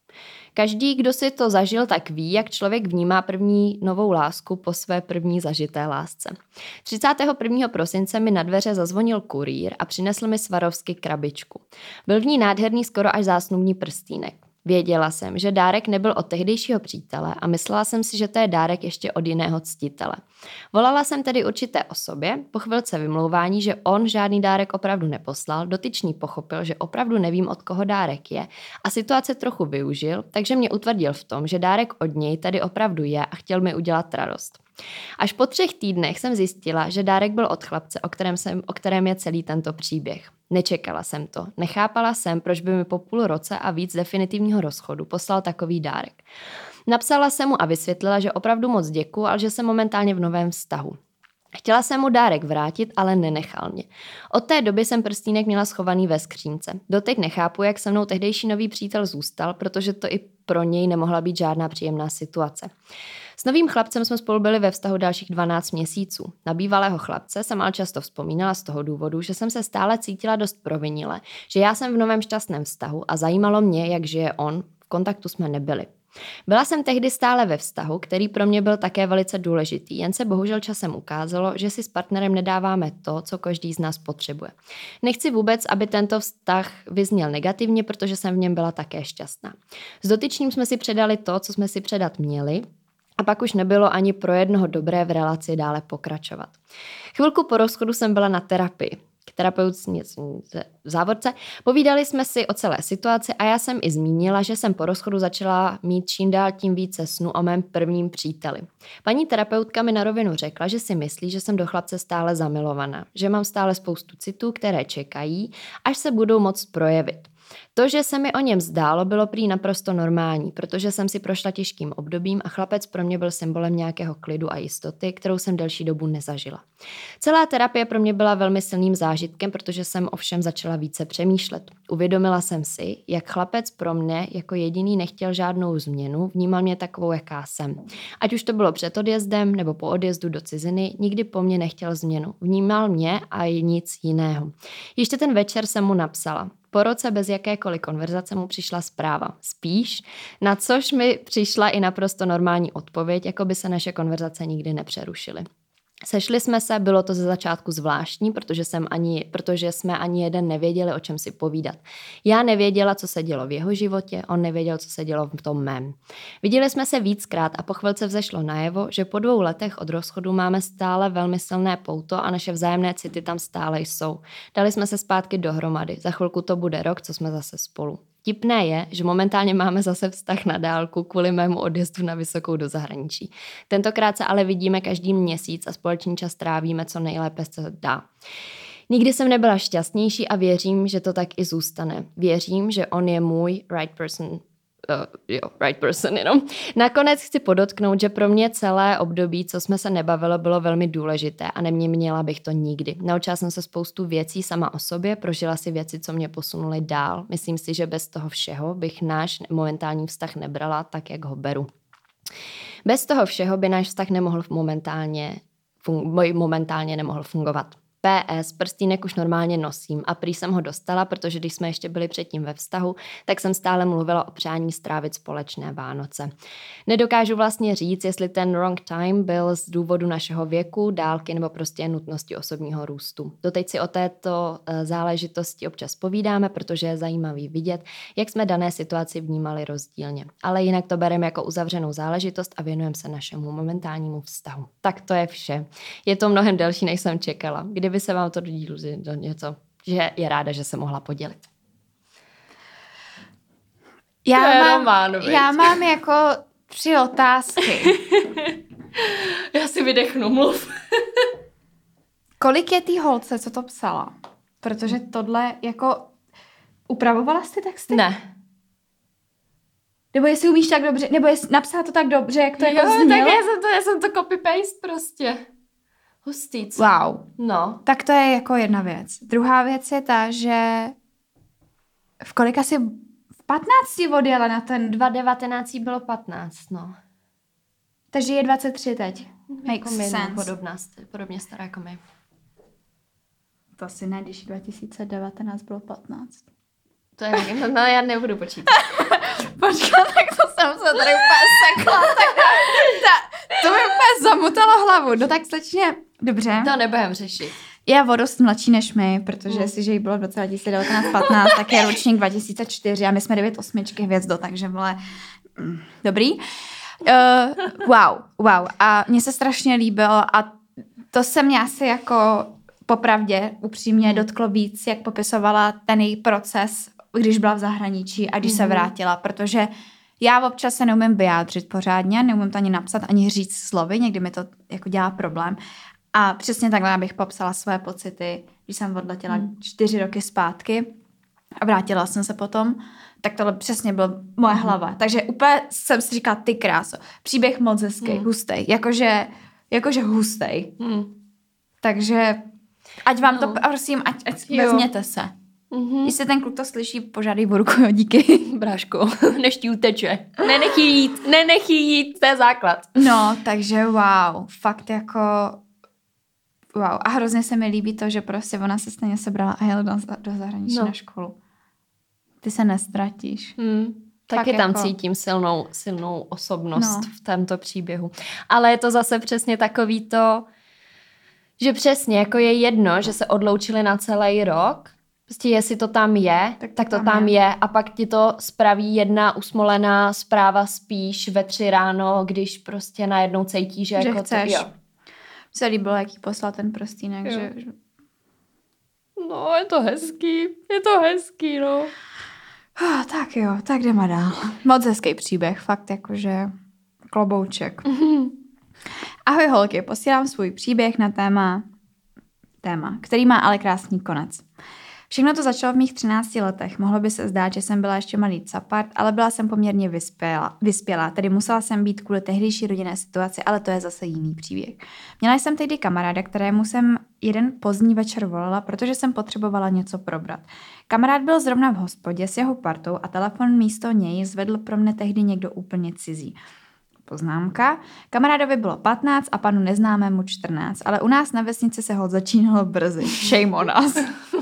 Každý, kdo si to zažil, tak ví, jak člověk vnímá první novou lásku po své první zažité lásce. třicátého prvního prosince mi na dveře zazvonil kurýr a přinesl mi Swarovski krabičku. Byl v ní nádherný skoro až zásnubní prstýnek. Věděla jsem, že dárek nebyl od tehdejšího přítele a myslela jsem si, že to je dárek ještě od jiného ctitele. Volala jsem tedy určité osobě, po chvilce vymlouvání, že on žádný dárek opravdu neposlal, dotyčný pochopil, že opravdu nevím, od koho dárek je a situace trochu využil, takže mě utvrdil v tom, že dárek od něj tady opravdu je a chtěl mi udělat radost. Až po třech týdnech jsem zjistila, že dárek byl od chlapce, o kterém, jsem, o kterém je celý tento příběh. Nečekala jsem to. Nechápala jsem, proč by mi po půl roce a víc definitivního rozchodu poslal takový dárek. Napsala jsem mu a vysvětlila, že opravdu moc děkuju, ale že jsem momentálně v novém vztahu. Chtěla jsem mu dárek vrátit, ale nenechal mě. Od té doby jsem prstýnek měla schovaný ve skřínce. Doteď nechápu, jak se mnou tehdejší nový přítel zůstal, protože to i pro něj nemohla být žádná příjemná situace. S novým chlapcem jsme spolu byli ve vztahu dalších dvanáct měsíců. Na bývalého chlapce jsem ale často vzpomínala z toho důvodu, že jsem se stále cítila dost provinile, že já jsem v novém šťastném vztahu a zajímalo mě, jak žije on, v kontaktu jsme nebyli. Byla jsem tehdy stále ve vztahu, který pro mě byl také velice důležitý, jen se bohužel časem ukázalo, že si s partnerem nedáváme to, co každý z nás potřebuje. Nechci vůbec, aby tento vztah vyzněl negativně, protože jsem v něm byla také šťastná. S dotyčným jsme si předali to, co jsme si předat měli, a pak už nebylo ani pro jednoho dobré v relaci dále pokračovat. Chvilku po rozchodu jsem byla na terapii. K terapeutce v závorce. Povídali jsme si o celé situaci a já jsem i zmínila, že jsem po rozchodu začala mít čím dál tím více snu o mém prvním příteli. Paní terapeutka mi na rovinu řekla, že si myslí, že jsem do chlapce stále zamilovaná, že mám stále spoustu citů, které čekají, až se budou moct projevit. To, že se mi o něm zdálo, bylo prý naprosto normální, protože jsem si prošla těžkým obdobím a chlapec pro mě byl symbolem nějakého klidu a jistoty, kterou jsem delší dobu nezažila. Celá terapie pro mě byla velmi silným zážitkem, protože jsem ovšem začala více přemýšlet. Uvědomila jsem si, jak chlapec pro mě jako jediný nechtěl žádnou změnu, vnímal mě takovou, jaká jsem. Ať už to bylo před odjezdem nebo po odjezdu do ciziny, nikdy po mně nechtěl změnu. Vnímal mě a nic jiného. Ještě ten večer jsem mu napsala. Po roce bez jakékoliv konverzace mu přišla zpráva. Spíš, na což mi přišla i naprosto normální odpověď, jako by se naše konverzace nikdy nepřerušily. Sešli jsme se, bylo to ze začátku zvláštní, protože, jsem ani, protože jsme ani jeden nevěděli, o čem si povídat. Já nevěděla, co se dělo v jeho životě, on nevěděl, co se dělo v tom mém. Viděli jsme se víckrát a po chvilce vzešlo najevo, že po dvou letech od rozchodu máme stále velmi silné pouto a naše vzájemné city tam stále jsou. Dali jsme se zpátky dohromady, za chvilku to bude rok, co jsme zase spolu. Tipné je, že momentálně máme zase vztah na dálku kvůli mému odjezdu na vysokou do zahraničí. Tentokrát se ale vidíme každý měsíc a společný čas trávíme co nejlépe se dá. Nikdy jsem nebyla šťastnější a věřím, že to tak i zůstane. Věřím, že on je můj right person. Uh, jo, right person jenom. Nakonec chci podotknout, že pro mě celé období, co jsme se nebavilo, bylo velmi důležité a neměnila bych to nikdy. Naučila jsem se spoustu věcí sama o sobě, prožila si věci, co mě posunuly dál. Myslím si, že bez toho všeho bych náš momentální vztah nebrala tak, jak ho beru. Bez toho všeho by náš vztah nemohl momentálně, fun- momentálně nemohl fungovat. P S, prstínek už normálně nosím a prý jsem ho dostala, protože když jsme ještě byli předtím ve vztahu, tak jsem stále mluvila o přání strávit společné Vánoce. Nedokážu vlastně říct, jestli ten wrong time byl z důvodu našeho věku, dálky nebo prostě nutnosti osobního růstu. Doteď si o této záležitosti občas povídáme, protože je zajímavý vidět, jak jsme dané situaci vnímali rozdílně. Ale jinak to bereme jako uzavřenou záležitost a věnujeme se našemu momentálnímu vztahu. Tak to je vše. Je to mnohem delší, než jsem čekala. Kdyby se vám to do dílu do něco, že je ráda, že se mohla podělit. Já, to je mám, román, já mám jako tři otázky. Já si vydechnu, mluv. Kolik je tý holce, co to psala? Protože tohle jako... Upravovala jsi ty texty? Ne. Nebo jestli umíš tak dobře, nebo jestli napsala to tak dobře, jak to jo, jako znělo? tak já jsem to, já jsem to copy-paste prostě. Hustý, co? Wow. No. Tak to je jako jedna věc. Druhá věc je ta, že v kolika si v patnácti odjela na ten... dva devatenáct bylo patnáct, no. Takže je dvacet tři teď. Makes jako my, sense. No, podobná, podobně stará jako my. To si ne, když dva tisíce devatenáct bylo patnáct. To je, no, no já nebudu počítat. Počkat, tak to jsem se tady úplně sekla. Tak, ta, to mi úplně zamutalo hlavu. No tak slečně, dobře. To nebudem řešit. Je o dost mladší než my, protože mm. jestliže jí bylo v roce dva tisíce devatenáct patnáct, tak je ročník dva tisíce čtyři a my jsme devět osmičky hvězdo, takže vole, mm, dobrý. Uh, wow, wow. A mně se strašně líbilo a to se mě asi jako popravdě upřímně dotklo víc, jak popisovala ten její proces, když byla v zahraničí a když mm-hmm. se vrátila, protože já občas se neumím vyjádřit pořádně, neumím to ani napsat, ani říct slovy, někdy mi to jako dělá problém. A přesně takhle bych popsala své pocity, když jsem odletěla mm. čtyři roky zpátky a vrátila jsem se potom, tak tohle přesně byla moje hlava. Takže úplně jsem si říkala, ty kráso, příběh moc hezký, mm. hustej, jakože, jakože hustej. Mm. Takže ať vám no. to, prosím, ať, ať vezměte se. Mm-hmm. Jestli ten kluk to slyší, požádej o ruku, jo, díky. Bráško, než ti uteče. Nenech jít, nenech jít, to je základ. No, takže wow, fakt jako wow. A hrozně se mi líbí to, že prostě ona se stejně sebrala a jela do, do zahraničí no. na školu. Ty se nestratíš. Mm. Taky Fakt tam jako... cítím silnou, silnou osobnost No. v tomto příběhu. Ale je to zase přesně takový to, že přesně jako je jedno, že se odloučili na celý rok, prostě jestli to tam je, tak to, tak to tam, tam je. je a pak ti to spraví jedna usmolená zpráva spíš ve tři ráno, když prostě najednou cítíš, že, že jako chceš. To, jo. Se líbilo, jaký poslal ten prstýnek, Jo. že... No, je to hezký, je to hezký, no. Oh, tak jo, tak jdeme dál. Moc hezký příběh, fakt jakože klobouček. Ahoj holky, posílám svůj příběh na téma, téma, který má ale krásný konec. Všechno to začalo v mých třinácti letech. Mohlo by se zdát, že jsem byla ještě malý capart, ale byla jsem poměrně vyspělá, vyspělá, tedy musela jsem být kvůli tehdejší rodinné situaci, ale to je zase jiný příběh. Měla jsem tehdy kamaráda, kterému jsem jeden pozdní večer volala, protože jsem potřebovala něco probrat. Kamarád byl zrovna v hospodě s jeho partou a telefon místo něj zvedl pro mne tehdy někdo úplně cizí. Poznámka. Kamarádovi bylo patnáct a panu neznámému čtrnáct, ale u nás na vesnici se ho začínalo brzy. Shame on us.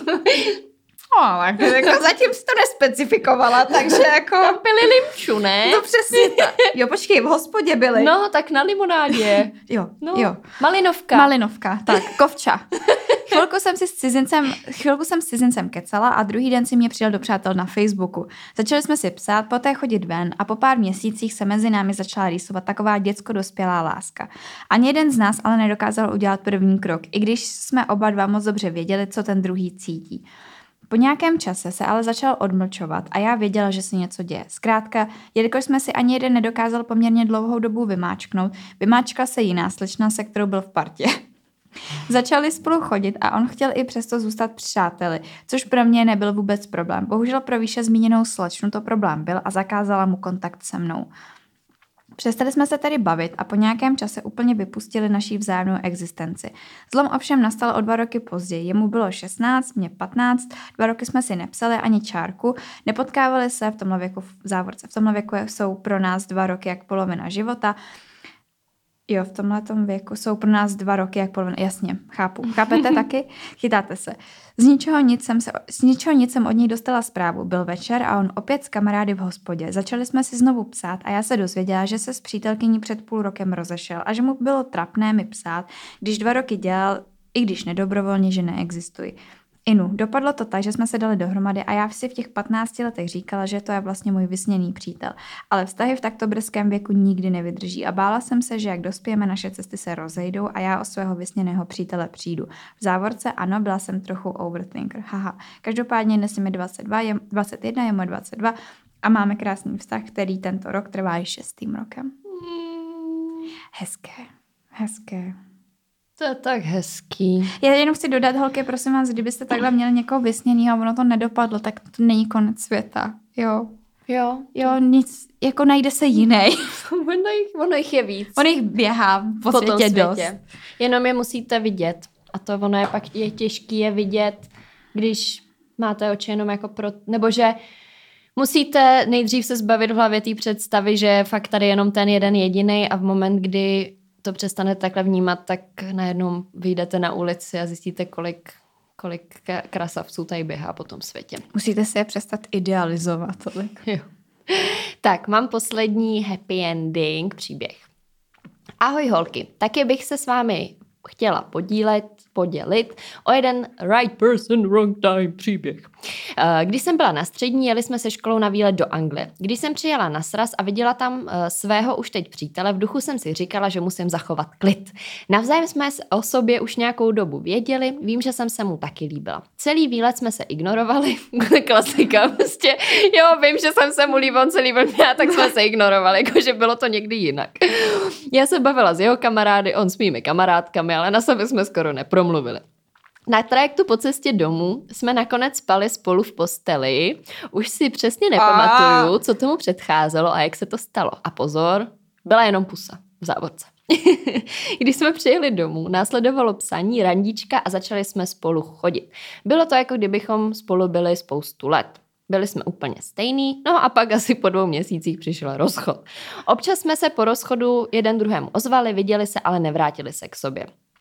O, tak jako zatím jsi to nespecifikovala, takže jako... Tam pili limču, ne? No přesně tak. Jo, počkej, v hospodě byli. No, tak na limonádě. Jo, no. jo. Malinovka. Malinovka, tak, kovča. Chvilku jsem si s cizincem, chvilku jsem s cizincem kecala a druhý den si mě přijel do přátel na Facebooku. Začali jsme si psát, poté chodit ven a po pár měsících se mezi námi začala rýsovat taková děcko-dospělá láska. Ani jeden z nás ale nedokázal udělat první krok, i když jsme oba dva moc dobře věděli, co ten druhý cítí. Po nějakém čase se ale začal odmlčovat a já věděla, že se něco děje. Zkrátka, jelikož jsme si ani jeden nedokázal poměrně dlouhou dobu vymáčknout, vymáčkla se jiná slečna, se kterou byl v partě. Začali spolu chodit a on chtěl i přesto zůstat přáteli, což pro mě nebyl vůbec problém. Bohužel pro výše zmíněnou slečnu to problém byl a zakázala mu kontakt se mnou. Přestali jsme se tedy bavit a po nějakém čase úplně vypustili naší vzájemnou existenci. Zlom ovšem nastal o dva roky později. Jemu bylo šestnáct, mě patnáct, dva roky jsme si nepsali ani čárku, nepotkávali se v tomhle věku v závorce. V tomhle věku jsou pro nás dva roky jak polovina života. Jo, v tomhletom věku jsou pro nás dva roky jak polovina. Jasně, chápu. Chápete taky? Chytáte se. Z ničeho nic jsem, se, z ničeho nic jsem od něj dostala zprávu. Byl večer a on opět s kamarády v hospodě. Začali jsme si znovu psát a já se dozvěděla, že se s přítelkyní před půl rokem rozešel a že mu bylo trapné mi psát, když dva roky dělal, i když nedobrovolně, že neexistuji. Inu, dopadlo to tak, že jsme se dali dohromady a já si v těch patnácti letech říkala, že to je vlastně můj vysněný přítel. Ale vztahy v takto brzkém věku nikdy nevydrží a bála jsem se, že jak dospějeme, naše cesty se rozejdou a já o svého vysněného přítele přijdu. V závorce ano, byla jsem trochu overthinker. Haha. Každopádně dnes je mi dvacet dva, je dvacet jedna, je mu dvacet dva a máme krásný vztah, který tento rok trvá i šestým rokem. Hezké, hezké. To je tak hezký. Já jenom chci dodat, holky, prosím vás, kdybyste takhle měli někoho vysněnýho a ono to nedopadlo, tak to není konec světa. Jo. Jo. Jo, nic, jako najde se jiný. ono, jich, ono jich je víc. On jich běhá po, po světě, světě dost. Jenom je musíte vidět. A to ono je pak je těžký je vidět, když máte oči jenom jako pro... Nebo že musíte nejdřív se zbavit v hlavě té představy, že je fakt tady jenom ten jeden jediný a v moment, kdy to přestanete takhle vnímat, tak najednou vyjdete na ulici a zjistíte, kolik, kolik krasavců tady běhá po tom světě. Musíte si je přestat idealizovat. Tolik. Jo. Tak, mám poslední happy ending příběh. Ahoj holky, taky bych se s vámi chtěla podílet, podělit o jeden right person, wrong time příběh. Když jsem byla na střední, jeli jsme se školou na výlet do Anglie. Když jsem přijela na sraz a viděla tam svého už teď přítele, v duchu jsem si říkala, že musím zachovat klid. Navzájem jsme o sobě už nějakou dobu věděli, vím, že jsem se mu taky líbila. Celý výlet jsme se ignorovali, klasika prostě, jo, vím, že jsem se mu líbil, on se líbil mě, tak jsme se ignorovali, jakože bylo to někdy jinak. Já se bavila s jeho kamarády, on s mými kamarádkami, ale na sebe jsme skoro nepromluvili. Na trajektu po cestě domů jsme nakonec spali spolu v posteli. Už si přesně nepamatuju, co tomu předcházelo a jak se to stalo. A pozor, byla jenom pusa v závodce. Když jsme přijeli domů, následovalo psaní, randíčka a začali jsme spolu chodit. Bylo to, jako kdybychom spolu byli spoustu let. Byli jsme úplně stejný, no a pak asi po dvou měsících přišel rozchod. Občas jsme se po rozchodu jeden druhému ozvali, viděli se, ale nevrátili se k sobě.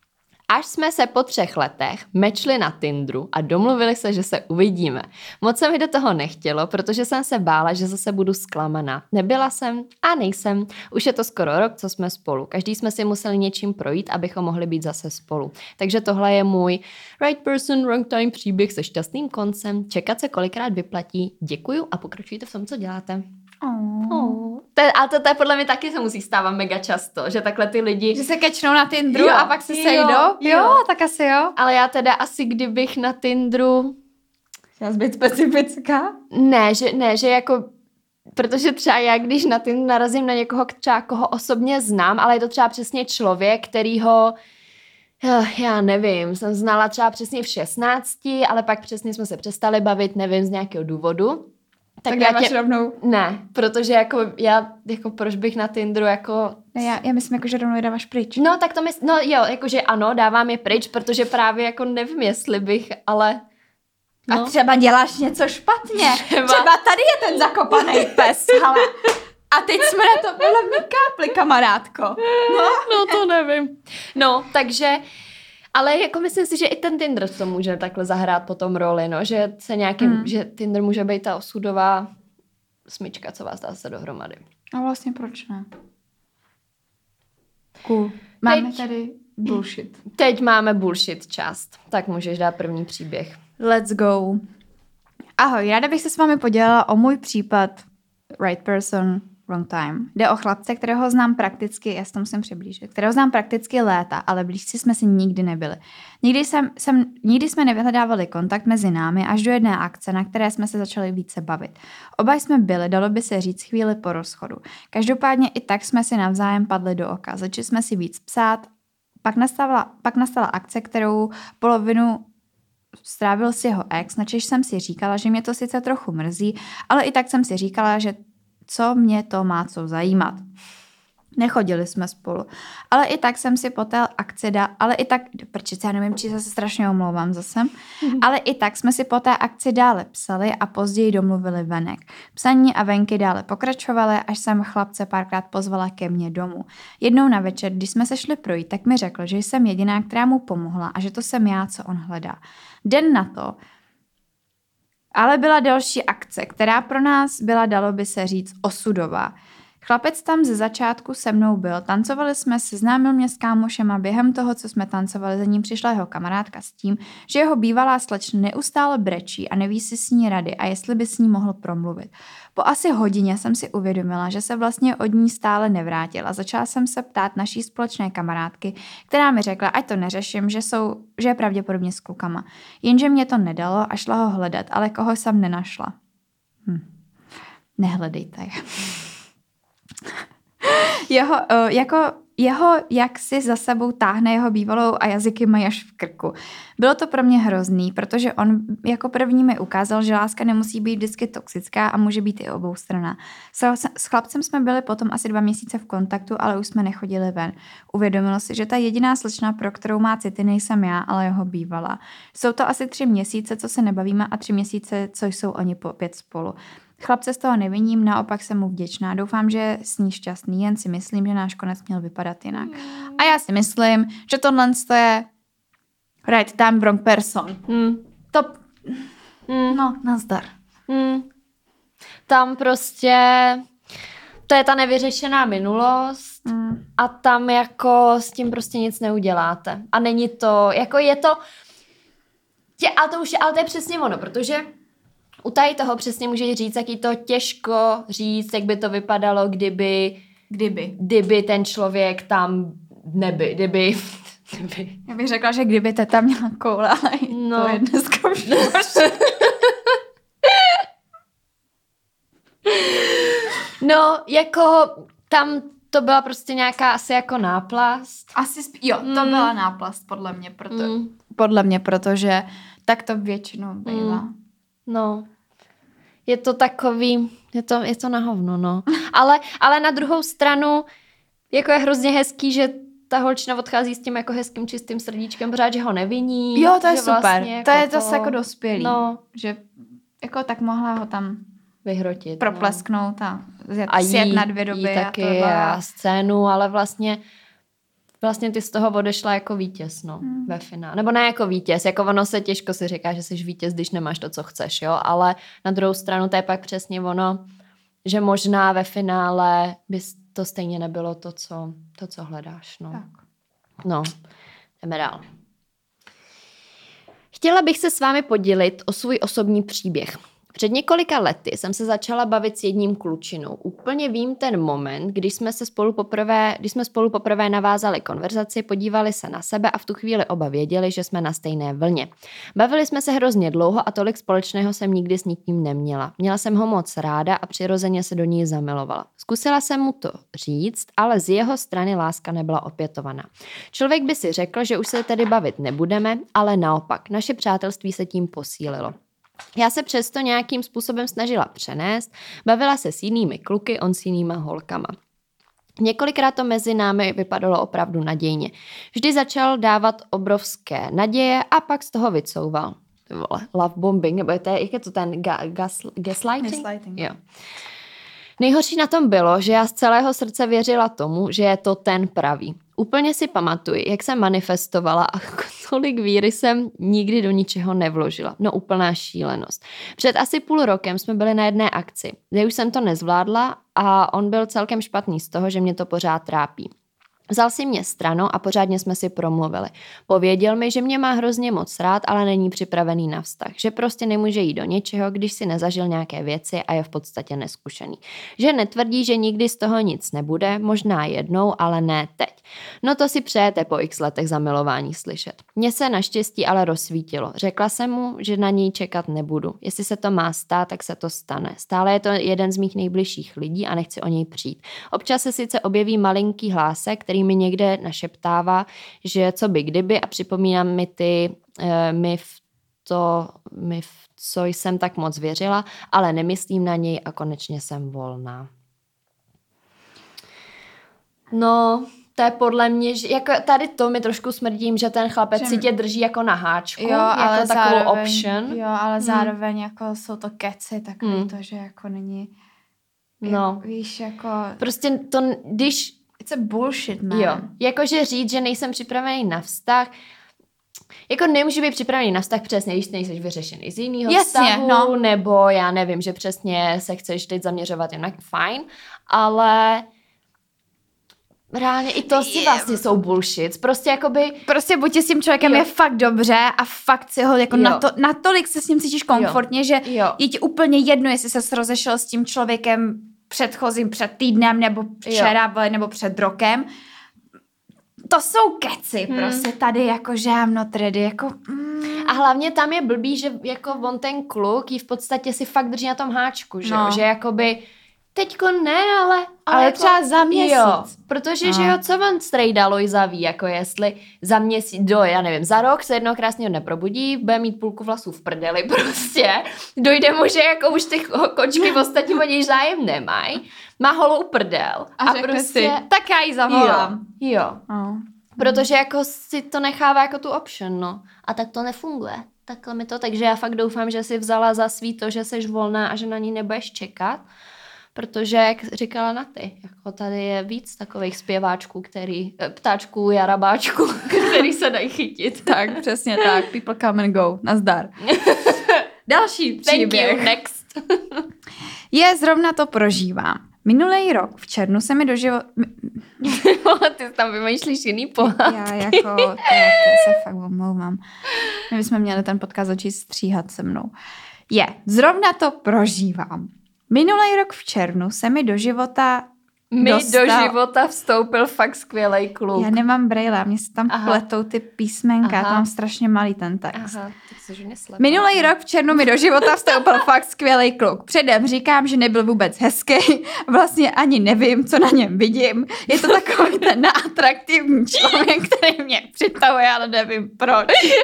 Až jsme se po třech letech mečli na Tinderu a domluvili se, že se uvidíme. Moc se mi do toho nechtělo, protože jsem se bála, že zase budu zklamaná. Nebyla jsem a nejsem. Už je to skoro rok, co jsme spolu. Každý jsme si museli něčím projít, abychom mohli být zase spolu. Takže tohle je můj right person, wrong time příběh se šťastným koncem. Čekat se kolikrát vyplatí. Děkuju a pokračujte v tom, co děláte. Oh. Oh. To je, ale to, to je podle mě taky se musí stávat mega často, že takhle ty lidi... Že se kečnou na Tinderu Jo, a pak se jo, sejdou? Jo, jo, tak asi jo. Ale já teda asi kdybych na Tinderu... Chtěla jsi být specifická? Ne, že, ne, že jako... Protože třeba já, když na Tinderu narazím na někoho, třeba koho osobně znám, ale je to třeba přesně člověk, kterýho... Já nevím, jsem znala třeba přesně v šestnácti, ale pak přesně jsme se přestali bavit, nevím, z nějakého důvodu. Tak, tak já tě... rovnou. Ne, protože jako já, jako proč bych na Tinderu jako... Ne, já, já myslím, jako, že rovnou je dáváš pryč. No, tak to myslím, no jo, jakože ano, dávám je pryč, protože právě jako nevím, jestli bych, ale... No. A třeba děláš něco špatně. Třeba, třeba tady je ten zakopaný pes, hele. A teď jsme na to podle mě kápli, kamarádko. No. no to nevím. No, takže... Ale jako myslím si, že i ten Tinder to může takhle zahrát potom roli, no, že se nějaký, mm. že Tinder může být ta osudová smyčka, co vás dá se dohromady. A vlastně proč ne? Cool. Máme teď, tady bullshit. Teď máme bullshit část. Tak můžeš dát první příběh. Let's go. Ahoj, ráda bych se s vámi podělila o můj případ right person, wrong time. Jde o chlapce, kterého znám prakticky, já si to musím přiblížit, kterého znám prakticky léta, ale blízci jsme si nikdy nebyli. Nikdy, jsem, jsem, nikdy jsme nevyhledávali kontakt mezi námi až do jedné akce, na které jsme se začali více bavit. Oba jsme byli, dalo by se říct, chvíli po rozchodu. Každopádně i tak jsme si navzájem padli do oka, začali jsme si víc psát, pak nastala, pak nastala akce, kterou polovinu strávil s jeho ex, načež jsem si říkala, že mě to sice trochu mrzí, ale i tak jsem si říkala, že co mě to má co zajímat. Nechodili jsme spolu. Ale i tak jsem si po té akci dala, ale i tak, prčice, já nevím, či se strašně omlouvám zase, ale i tak jsme si po té akci dále psali a později domluvili venek. Psaní a venky dále pokračovaly, až jsem chlapce párkrát pozvala ke mně domů. Jednou na večer, když jsme se šli projít, tak mi řekl, že jsem jediná, která mu pomohla a že to jsem já, co on hledá. Den na to ale byla další akce, která pro nás byla, dalo by se říct, osudová. Chlapec tam ze začátku se mnou byl, tancovali jsme, seznámil mě s kámošem a během toho, co jsme tancovali, za ním přišla jeho kamarádka s tím, že jeho bývalá slečna neustále brečí a neví si s ní rady a jestli by s ní mohl promluvit. Po asi hodině jsem si uvědomila, že se vlastně od ní stále nevrátil a začala jsem se ptát naší společné kamarádky, která mi řekla, ať to neřeším, že, jsou, že je pravděpodobně s klukama. Jenže mě to nedalo a šla ho hledat, ale koho jsem nenašla. Hm. Nehledejte je. Jeho, uh, jako jeho, jak si za sebou táhne jeho bývalou a jazyky mají až v krku. Bylo to pro mě hrozný, protože on jako první mi ukázal, že láska nemusí být vždycky toxická a může být i oboustranná. S, s chlapcem jsme byli potom asi dva měsíce v kontaktu, ale už jsme nechodili ven. Uvědomilo si, že ta jediná slečna, pro kterou má city, nejsem já, ale jeho bývalá. Jsou to asi tři měsíce, co se nebavíme a tři měsíce, co jsou oni opět spolu. Chlapce z toho neviním, naopak jsem mu vděčná. Doufám, že je s ní šťastný, jen si myslím, že náš konec měl vypadat jinak. A já si myslím, že tohle je right time, wrong person. Hmm. To... Hmm. No, nazdar. Hmm. Tam prostě... To je ta nevyřešená minulost hmm. a tam jako s tím prostě nic neuděláte. A není to... Jako je to... Tě, ale, to už je, ale to je přesně ono, protože... U tady toho přesně můžeš říct, jak je to těžko říct, jak by to vypadalo, kdyby, kdyby. kdyby ten člověk tam neby, kdyby, kdyby. Já bych řekla, že kdyby teta měla koule, ale no. To je dneska už No, jako tam to byla prostě nějaká asi jako náplast. Asi, sp- jo, to mm. byla náplast podle mě, proto, mm. podle mě, protože tak to většinou bývá. Mm. No, je to takový, je to, je to na hovno, no. Ale, ale na druhou stranu, jako je hrozně hezký, že ta holčina odchází s tím jako hezkým čistým srdíčkem, pořád, že ho neviní. Jo, to je super, vlastně jako to je to jako dospělý, no. Že jako tak mohla ho tam vyhrotit, proplesknout no. a, zjet, a jí, sjet na dvě doby. Jí taky a, a scénu, ale vlastně vlastně ty z toho odešla jako vítěz, no, hmm. ve finále. Nebo ne jako vítěz, jako ono se těžko si říká, že jsi vítěz, když nemáš to, co chceš, jo, ale na druhou stranu to je pak přesně ono, že možná ve finále by to stejně nebylo to, co, to, co hledáš, no. Tak. No, jdeme dál. Chtěla bych se s vámi podělit o svůj osobní příběh. Před několika lety jsem se začala bavit s jedním klučinou. Úplně vím ten moment, když jsme se spolu poprvé, když jsme spolu poprvé navázali konverzaci, podívali se na sebe a v tu chvíli oba věděli, že jsme na stejné vlně. Bavili jsme se hrozně dlouho a tolik společného jsem nikdy s nikým neměla. Měla jsem ho moc ráda a přirozeně se do ní zamilovala. Zkusila jsem mu to říct, ale z jeho strany láska nebyla opětovaná. Člověk by si řekl, že už se tedy bavit nebudeme, ale naopak, naše přátelství se tím posílilo. Já se přesto nějakým způsobem snažila přenést, bavila se s jinými kluky, on s jinýma holkama. Několikrát to mezi námi vypadalo opravdu nadějně. Vždy začal dávat obrovské naděje a pak z toho vycouval. Vole, love bombing, nebo je to, jak je to ten ga, gas, gaslighting? Gaslighting. Jo. Nejhorší na tom bylo, že já z celého srdce věřila tomu, že je to ten pravý. Úplně si pamatuji, jak jsem manifestovala a tolik víry jsem nikdy do ničeho nevložila. No úplná šílenost. Před asi půl rokem jsme byli na jedné akci, kde už jsem to nezvládla a on byl celkem špatný z toho, že mě to pořád trápí. Vzal si mě stranou a pořádně jsme si promluvili. Pověděl mi, že mě má hrozně moc rád, ale není připravený na vztah. Že prostě nemůže jít do něčeho, když si nezažil nějaké věci a je v podstatě neskušený. Že netvrdí, že nikdy z toho nic nebude, možná jednou, ale ne teď. No to si přejete po x letech zamilování slyšet. Mně se naštěstí ale rozsvítilo. Řekla jsem mu, že na něj čekat nebudu. Jestli se to má stát, tak se to stane. Stále je to jeden z mých nejbližších lidí a nechci o něj přijít. Občas se sice objeví malinký hlásek, který mi někde našeptává, že co by kdyby a připomínám mi ty, e, mi v to, mi v co jsem tak moc věřila, ale nemyslím na něj a konečně jsem volná. No, to je podle mě, že jako tady to mi trošku smrdím, že ten chlapec že... si tě drží jako na háčku, jo, jako ale takovou zároveň, option. Jo, ale hmm. zároveň jako jsou to keci, takový hmm. to, že jako není, no. jak, víš, jako... Prostě to, když... It's a bullshit, man. Jo, jakože říct, že nejsem připravený na vztah, jako nemůžu být připravený na vztah přesně, když nejseš vyřešený z jiného vztahu, no. Nebo já nevím, že přesně se chceš teď zaměřovat jen na fajn, ale reálně i to si vlastně jsou bullshit. Prostě jakoby... Prostě buď s tím člověkem jo. je fakt dobře a fakt si ho jako nato, natolik se s ním cítíš komfortně, jo. že jo. je ti úplně jedno, jestli ses rozešel s tím člověkem předchozím před týdnem, nebo včera, jo. nebo před rokem. To jsou keci, hmm. prostě tady jako, že I'm not ready, jako... Mm. A hlavně tam je blbý, že jako on ten kluk jí v podstatě si fakt drží na tom háčku, že, no. že jakoby... Teďko ne, ale... Ale, ale jako, třeba za měsíc. Jo, protože, no. že jo, co on strejda Lojza ví, jako jestli za měsíc, do, já nevím, za rok se jednoho krásného dne neprobudí, bude mít půlku vlasů v prdeli prostě, dojde mu, že jako už ty kočky v ostatní o něj zájem nemají, má holou prdel. A, a prostě... Si, tak já jí zavolám. Jo, jo. Oh. Protože jako si to nechává jako tu option, no. A tak to nefunguje. Takhle mi to, takže já fakt doufám, že si vzala za svý to, že jsi volná a že na ní nebudeš čekat. Protože, jak říkala Naty, jako tady je víc takových zpěváčků, který, ptáčků, jarabáčků, který se dají chytit. Tak, přesně tak. People come and go. Nazdar. Další příběh. Thank you, next. Je, zrovna to prožívám. Minulý rok v červnu se mi do života... Ty tam vymýšlíš jiný pohádky. Já jako, to, to se fakt omlouvám. My bychom měli ten podcast začít stříhat se mnou. Je, zrovna to prožívám. Minulý rok v červnu se mi do života Mi dostal... do života vstoupil fakt skvělej kluk. Já nemám brejle, mě se tam Aha. pletou ty písmenka, já tam mám strašně malý ten text. Aha, tak jsi neslepá. Minulý rok v červnu mi do života vstoupil fakt skvělej kluk. Předem říkám, že nebyl vůbec hezký, vlastně ani nevím, co na něm vidím. Je to takový ten neatraktivní člověk, který mě přitahuje, ale nevím proč.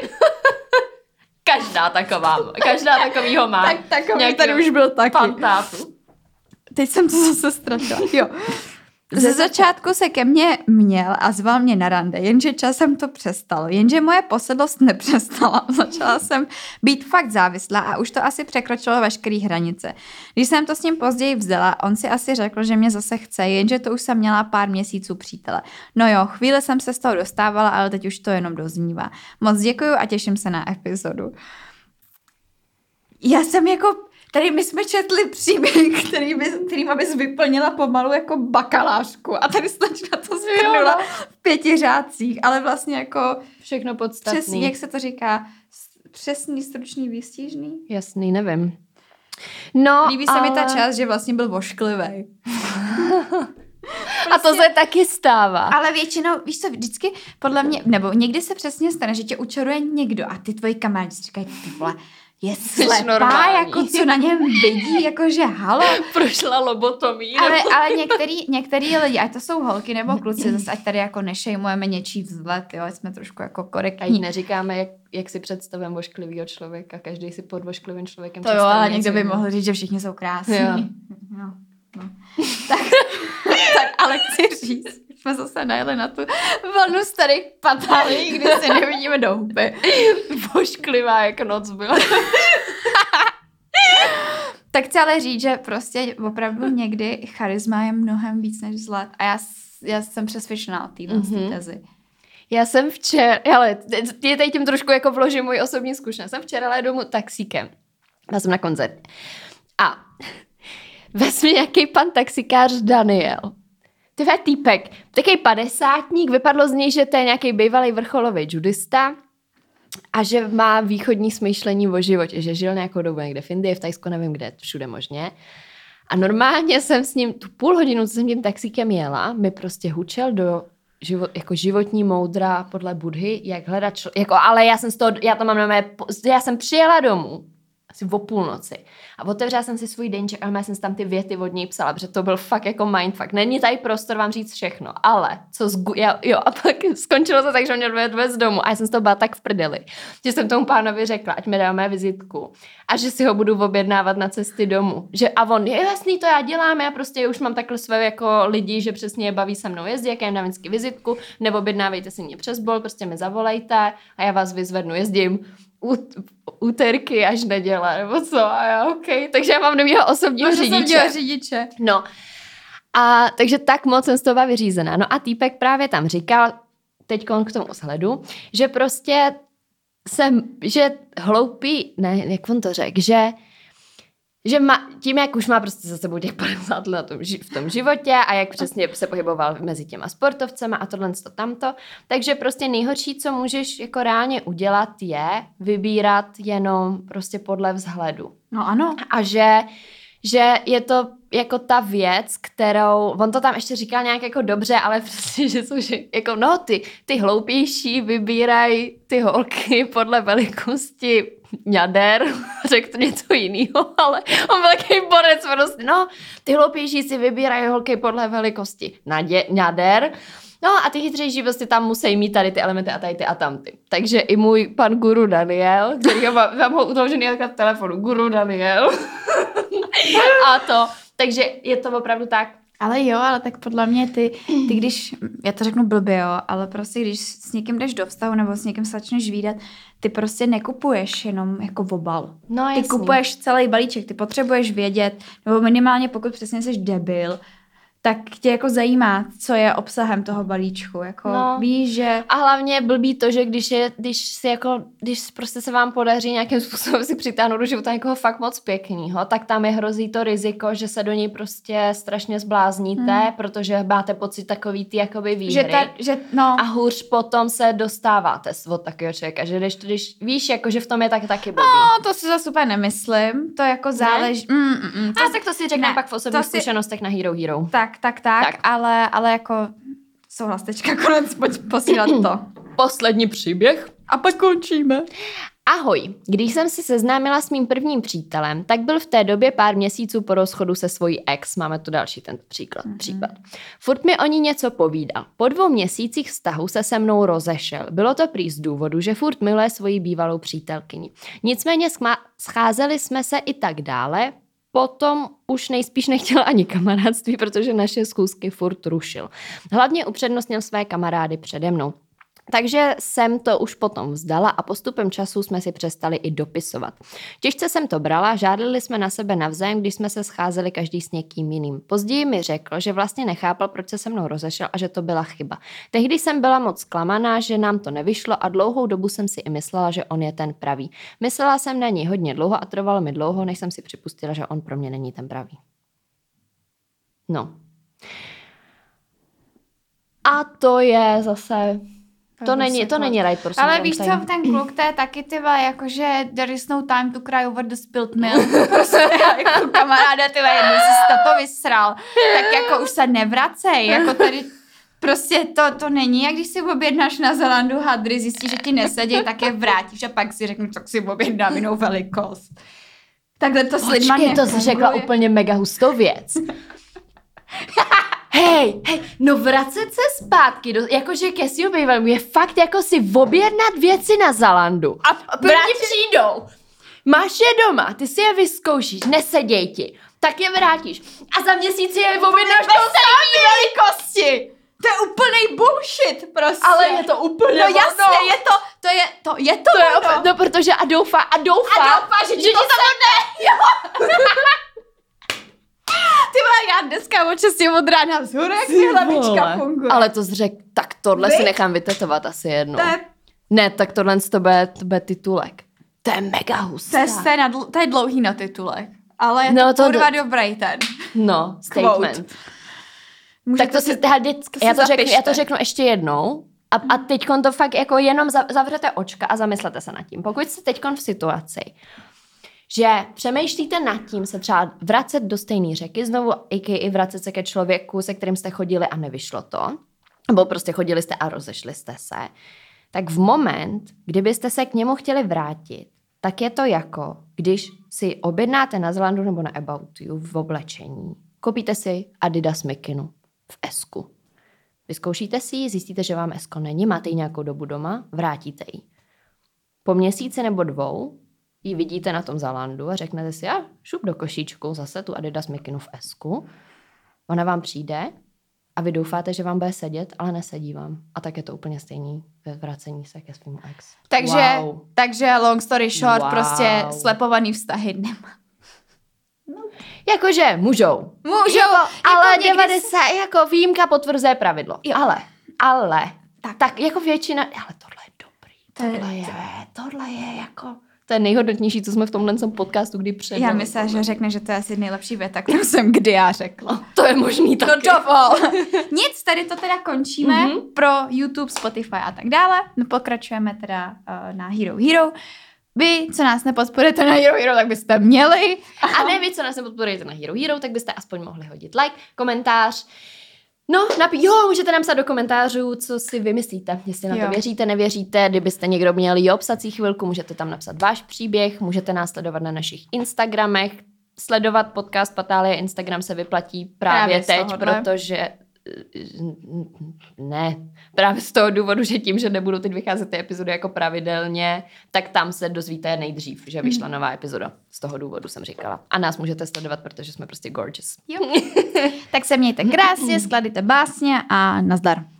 Každá taková, každá takovýho má. Tak takový tady už byl taky. Fantátu. Teď jsem to zase ztratila. Jo. Ze začátku se ke mně měl a zval mě na rande, jenže časem to přestalo. Jenže moje posedlost nepřestala. Začala jsem být fakt závislá a už to asi překročilo veškeré hranice. Když jsem to s ním později vzala, on si asi řekl, že mě zase chce, jenže to už jsem měla pár měsíců přítele. No jo, chvíli jsem se z toho dostávala, ale teď už to jenom doznívá. Moc děkuju a těším se na epizodu. Já jsem jako... Tady my jsme četli příběh, který by, kterýma bys vyplnila pomalu jako bakalářku a tady jsi na to zhrnula v pěti řádcích, ale vlastně jako... Všechno podstatný. Přesný, jak se to říká? Přesný, stručný, výstižný? Jasný, nevím. No, líbí se ale... mi ta část, že vlastně byl vošklivej. Prostě... A to se taky stává. Ale většinou, víš co, vždycky podle mě, nebo někdy se přesně stane, že tě učaruje někdo a ty tvoji kamarádi říkají, ty vole, je slepá, jako co na něm vidí, jakože halo. Prošla lobotomí. Ale, ale některý, některý lidi, ať to jsou holky nebo kluci, zase ať tady jako nešejmujeme něčí vzhled, jo, ať jsme trošku jako korektní. Ať neříkáme, jak, jak si představujeme vošklivýho člověka, každý si pod vošklivým člověkem to jo, ale někdo by mohl říct, že všichni jsou krásní. Jo. No, no. tak, tak ale chci říct, jsme zase najeli na tu vlnu starých patálí, kdy se nevidíme do huby. Vošklivá jak noc byla. Tak chci ale říct, že prostě opravdu někdy charisma je mnohem víc než vzhled. A já, já jsem přesvědčená o téhle mm-hmm. tezi. Já jsem včera, ale je tady tím trošku jako vložím můj osobní zkušenost. Jsem včera jela domů taxíkem. Já jsem na koncertě. A vezmi nějaký pan taxikář Daniel. Tyhle týpek, takový padesátník, vypadlo z něj, že to je nějaký bývalý vrcholový judista a že má východní smýšlení o životě, že žil nějakou dobu někde v Indii, v Tajsku, nevím kde, všude možně. A normálně jsem s ním, tu půl hodinu, co jsem tím taxíkem jela, mi prostě hučel do život, jako životní moudra podle Budhy, jak hledat člo, jako, ale já jsem z toho, já to mám na mé, já jsem přijela domů, asi o půlnoci. A otevřela jsem si svůj deníček a já jsem tam ty věty od něj psala, protože to byl fakt jako mindfuck. Není tady prostor vám říct všechno, ale co zgu... Já, jo, a pak skončilo se tak, že mě odvez z domu a já jsem z toho byla tak v prdeli, že jsem tomu pánovi řekla, ať mi dá mé vizitku a že si ho budu objednávat na cesty domů. Že, a on, je jasný, to já dělám, já prostě už mám takhle své jako lidi, že přesně je baví se mnou jezdit, jak já jim dám vždycky vizitku, nebo objednávejte si mě přes bol, prostě mi zavolejte a já vás vyzvednu, jezdím úterky až neděle, nebo co, a já OK, takže já mám do mého osobního řidiče. řidiče. No, a takže tak moc jsem z toho byla vyřízená. No a týpek právě tam říkal, teď k tomu vzhledu, že prostě jsem, že hloupý, ne, jak on to řekl, že že má, tím, jak už má prostě za sebou těch padesát let v tom životě a jak přesně se pohyboval mezi těma sportovcema a tohle to tamto, takže prostě nejhorší, co můžeš jako reálně udělat, je vybírat jenom prostě podle vzhledu. No ano. A že, že je to jako ta věc, kterou, on to tam ještě říkal nějak jako dobře, ale prostě, že jsou že, jako no ty, ty hloupější vybírají ty holky podle velikosti ňader, řekl to něco jiného, ale on byl takový borec prostě, no, ty hloupější si vybírají holky podle velikosti nadě, ňader, no a ty chytřejší prostě tam musí mít tady ty elementy a tady ty a tamty. Takže i můj pan guru Daniel, který mám, mám ho utoložený v telefonu, guru Daniel a to, takže je to opravdu tak. Ale jo, ale tak podle mě ty, ty když, já to řeknu blbě, jo, ale prostě když s někým jdeš do vztahu nebo s někým se začneš vídat, ty prostě nekupuješ jenom jako obal. No, ty kupuješ celý balíček, ty potřebuješ vědět, nebo minimálně pokud přesně jsi debil, tak tě jako zajímá, co je obsahem toho balíčku, jako no. Víš, že... A hlavně je blbý to, že když je, když si jako, když prostě se vám podaří nějakým způsobem si přitáhnout do života někoho fakt moc pěknýho, tak tam je hrozí to riziko, že se do něj prostě strašně zblázníte, hmm. protože máte pocit takový ty jakoby výhry. Že ta, že, no. A hůř potom se dostáváte od takového člověka, že když, když víš, jako, že v tom je tak taky blbý. No, to si zase úplně nemyslím, to jako záleží... Mm, mm, mm, to... A tak to si řekneme pak v osobních si... zkušenostech na Hero Hero. Tak, tak, tak, tak. Ale, ale jako souhlas, teďka konec, pojď posílat to. Poslední příběh. A pak končíme. Ahoj, když jsem se seznámila s mým prvním přítelem, tak byl v té době pár měsíců po rozchodu se svojí ex. Máme tu další ten příklad, mm-hmm. případ. Furt mi o ní něco povídal. Po dvou měsících vztahu se se mnou rozešel. Bylo to prý z důvodu, že furt miluje svoji bývalou přítelkyni. Nicméně schma- scházeli jsme se i tak dále, potom už nejspíš nechtěl ani kamarádství, protože naše schůzky furt rušil. Hlavně upřednostnil své kamarády přede mnou. Takže jsem to už potom vzdala a postupem času jsme si přestali i dopisovat. Těžce jsem to brala, žádali jsme na sebe navzájem, když jsme se scházeli každý s někým jiným. Později mi řekl, že vlastně nechápal, proč se se mnou rozešel a že to byla chyba. Tehdy jsem byla moc zklamaná, že nám to nevyšlo a dlouhou dobu jsem si i myslela, že on je ten pravý. Myslela jsem na něj hodně dlouho a trvalo mi dlouho, než jsem si připustila, že on pro mě není ten pravý. No. A to je zase... To není, to není right person. Ale víš co, ten kluk, to je taky tyhle, jakože there is no time to cry over the spilled milk. Prostě jako kamaráda, tyhle, jednou si to vysral. Tak jako už se nevracej, jako tady prostě to, to není, jak když si objednáš na Zelandu hadry, zjistíš, že ti neseděj, tak je vrátíš a pak si řeknu, tak si objednám jinou velikost. Takhle to s lidma Počkej, to jsi řekla úplně mega hustou věc. Hej, hej, no vracet se zpátky, do, jakože ke svým bývalým je fakt jako si objednat věci na Zalandu. A, a proti přijdou. Máš je doma, ty si je vyzkoušíš, neseděj ti, tak je vrátíš. A za měsíc je objednáš do stejné velikosti. To je úplnej bullshit, prostě. Ale je to úplně No jasně, je to, to je to, je to, to je ono. op- no, protože a doufá, a doufá, a doufá, že, že ti to sedne. Ty vole, já dneska očistím od rána vzhůru, jak si hlavička funguje. Ale to jsi řekl, tak tohle Vy? si nechám vytetovat asi jednou. To je, Ne, tak tohle to bude, to bude titulek. To je mega hustá. to je, scéna, dl- to je dlouhý na titulek. Ale je No, to, to kurva do- dobrý ten. No, statement. Tak to si, teda, já, to řeknu, já to řeknu ještě jednou. A, a teďkon to fakt jako jenom zavřete očka a zamyslete se nad tím. Pokud jste teďkon v situaci, že přemýšlíte nad tím se třeba vracet do stejné řeky, znovu i vracet se ke člověku, se kterým jste chodili a nevyšlo to, nebo prostě chodili jste a rozešli jste se, tak v moment, kdybyste se k němu chtěli vrátit, tak je to jako, když si objednáte na Zelandu nebo na About You v oblečení, koupíte si Adidas mikinu v esku. Vyzkoušíte si ji, zjistíte, že vám esko není, máte ji nějakou dobu doma, vrátíte ji. Po měsíci nebo dvou ji vidíte na tom Zalandu a řeknete si, a šup do košíčku zase tu Adidas mikinu v esku. Ona vám přijde a vy doufáte, že vám bude sedět, ale nesedí vám. A tak je to úplně stejný ve vracení se ke svým ex. Takže, wow. takže long story short, Wow. prostě slepovaný vztahy nemá. Jakože můžou. Můžou, jako, ale jako někdy devadesát, jako výjimka potvrzuje pravidlo. Jo. Ale, ale, Tak. tak jako většina, ale tohle je dobrý. To Tohle je- je, tohle je jako... To je nejhodnotnější, co jsme v tomhle podcastu kdy předali. Já myslím, že řekne, že to je asi nejlepší věta, kterou jsem kdy já řekla. To je možný taky. No dovol. Nic, tady to teda končíme Mhm. pro YouTube, Spotify a tak dále. No pokračujeme teda uh, na Hero Hero. Vy, co nás nepodporujete na Hero Hero, tak byste měli. A ne vy, co nás nepodporujete na Hero Hero, tak byste aspoň mohli hodit like, komentář. No, napí- jo, můžete napsat do komentářů, co si vymyslíte, jestli na Jo. to věříte, nevěříte, kdybyste někdo měli jo psací chvilku, můžete tam napsat váš příběh, můžete nás sledovat na našich Instagramech, sledovat podcast Patálie Instagram se vyplatí právě, Právě z teď, tohohle. protože ne, právě z toho důvodu, že tím, že nebudou teď vycházet ty epizody jako pravidelně, tak tam se dozvíte nejdřív, že vyšla nová epizoda. Z toho důvodu jsem říkala. A nás můžete sledovat, protože jsme prostě gorgeous. Jo. Tak se mějte krásně, skladejte básně a nazdar.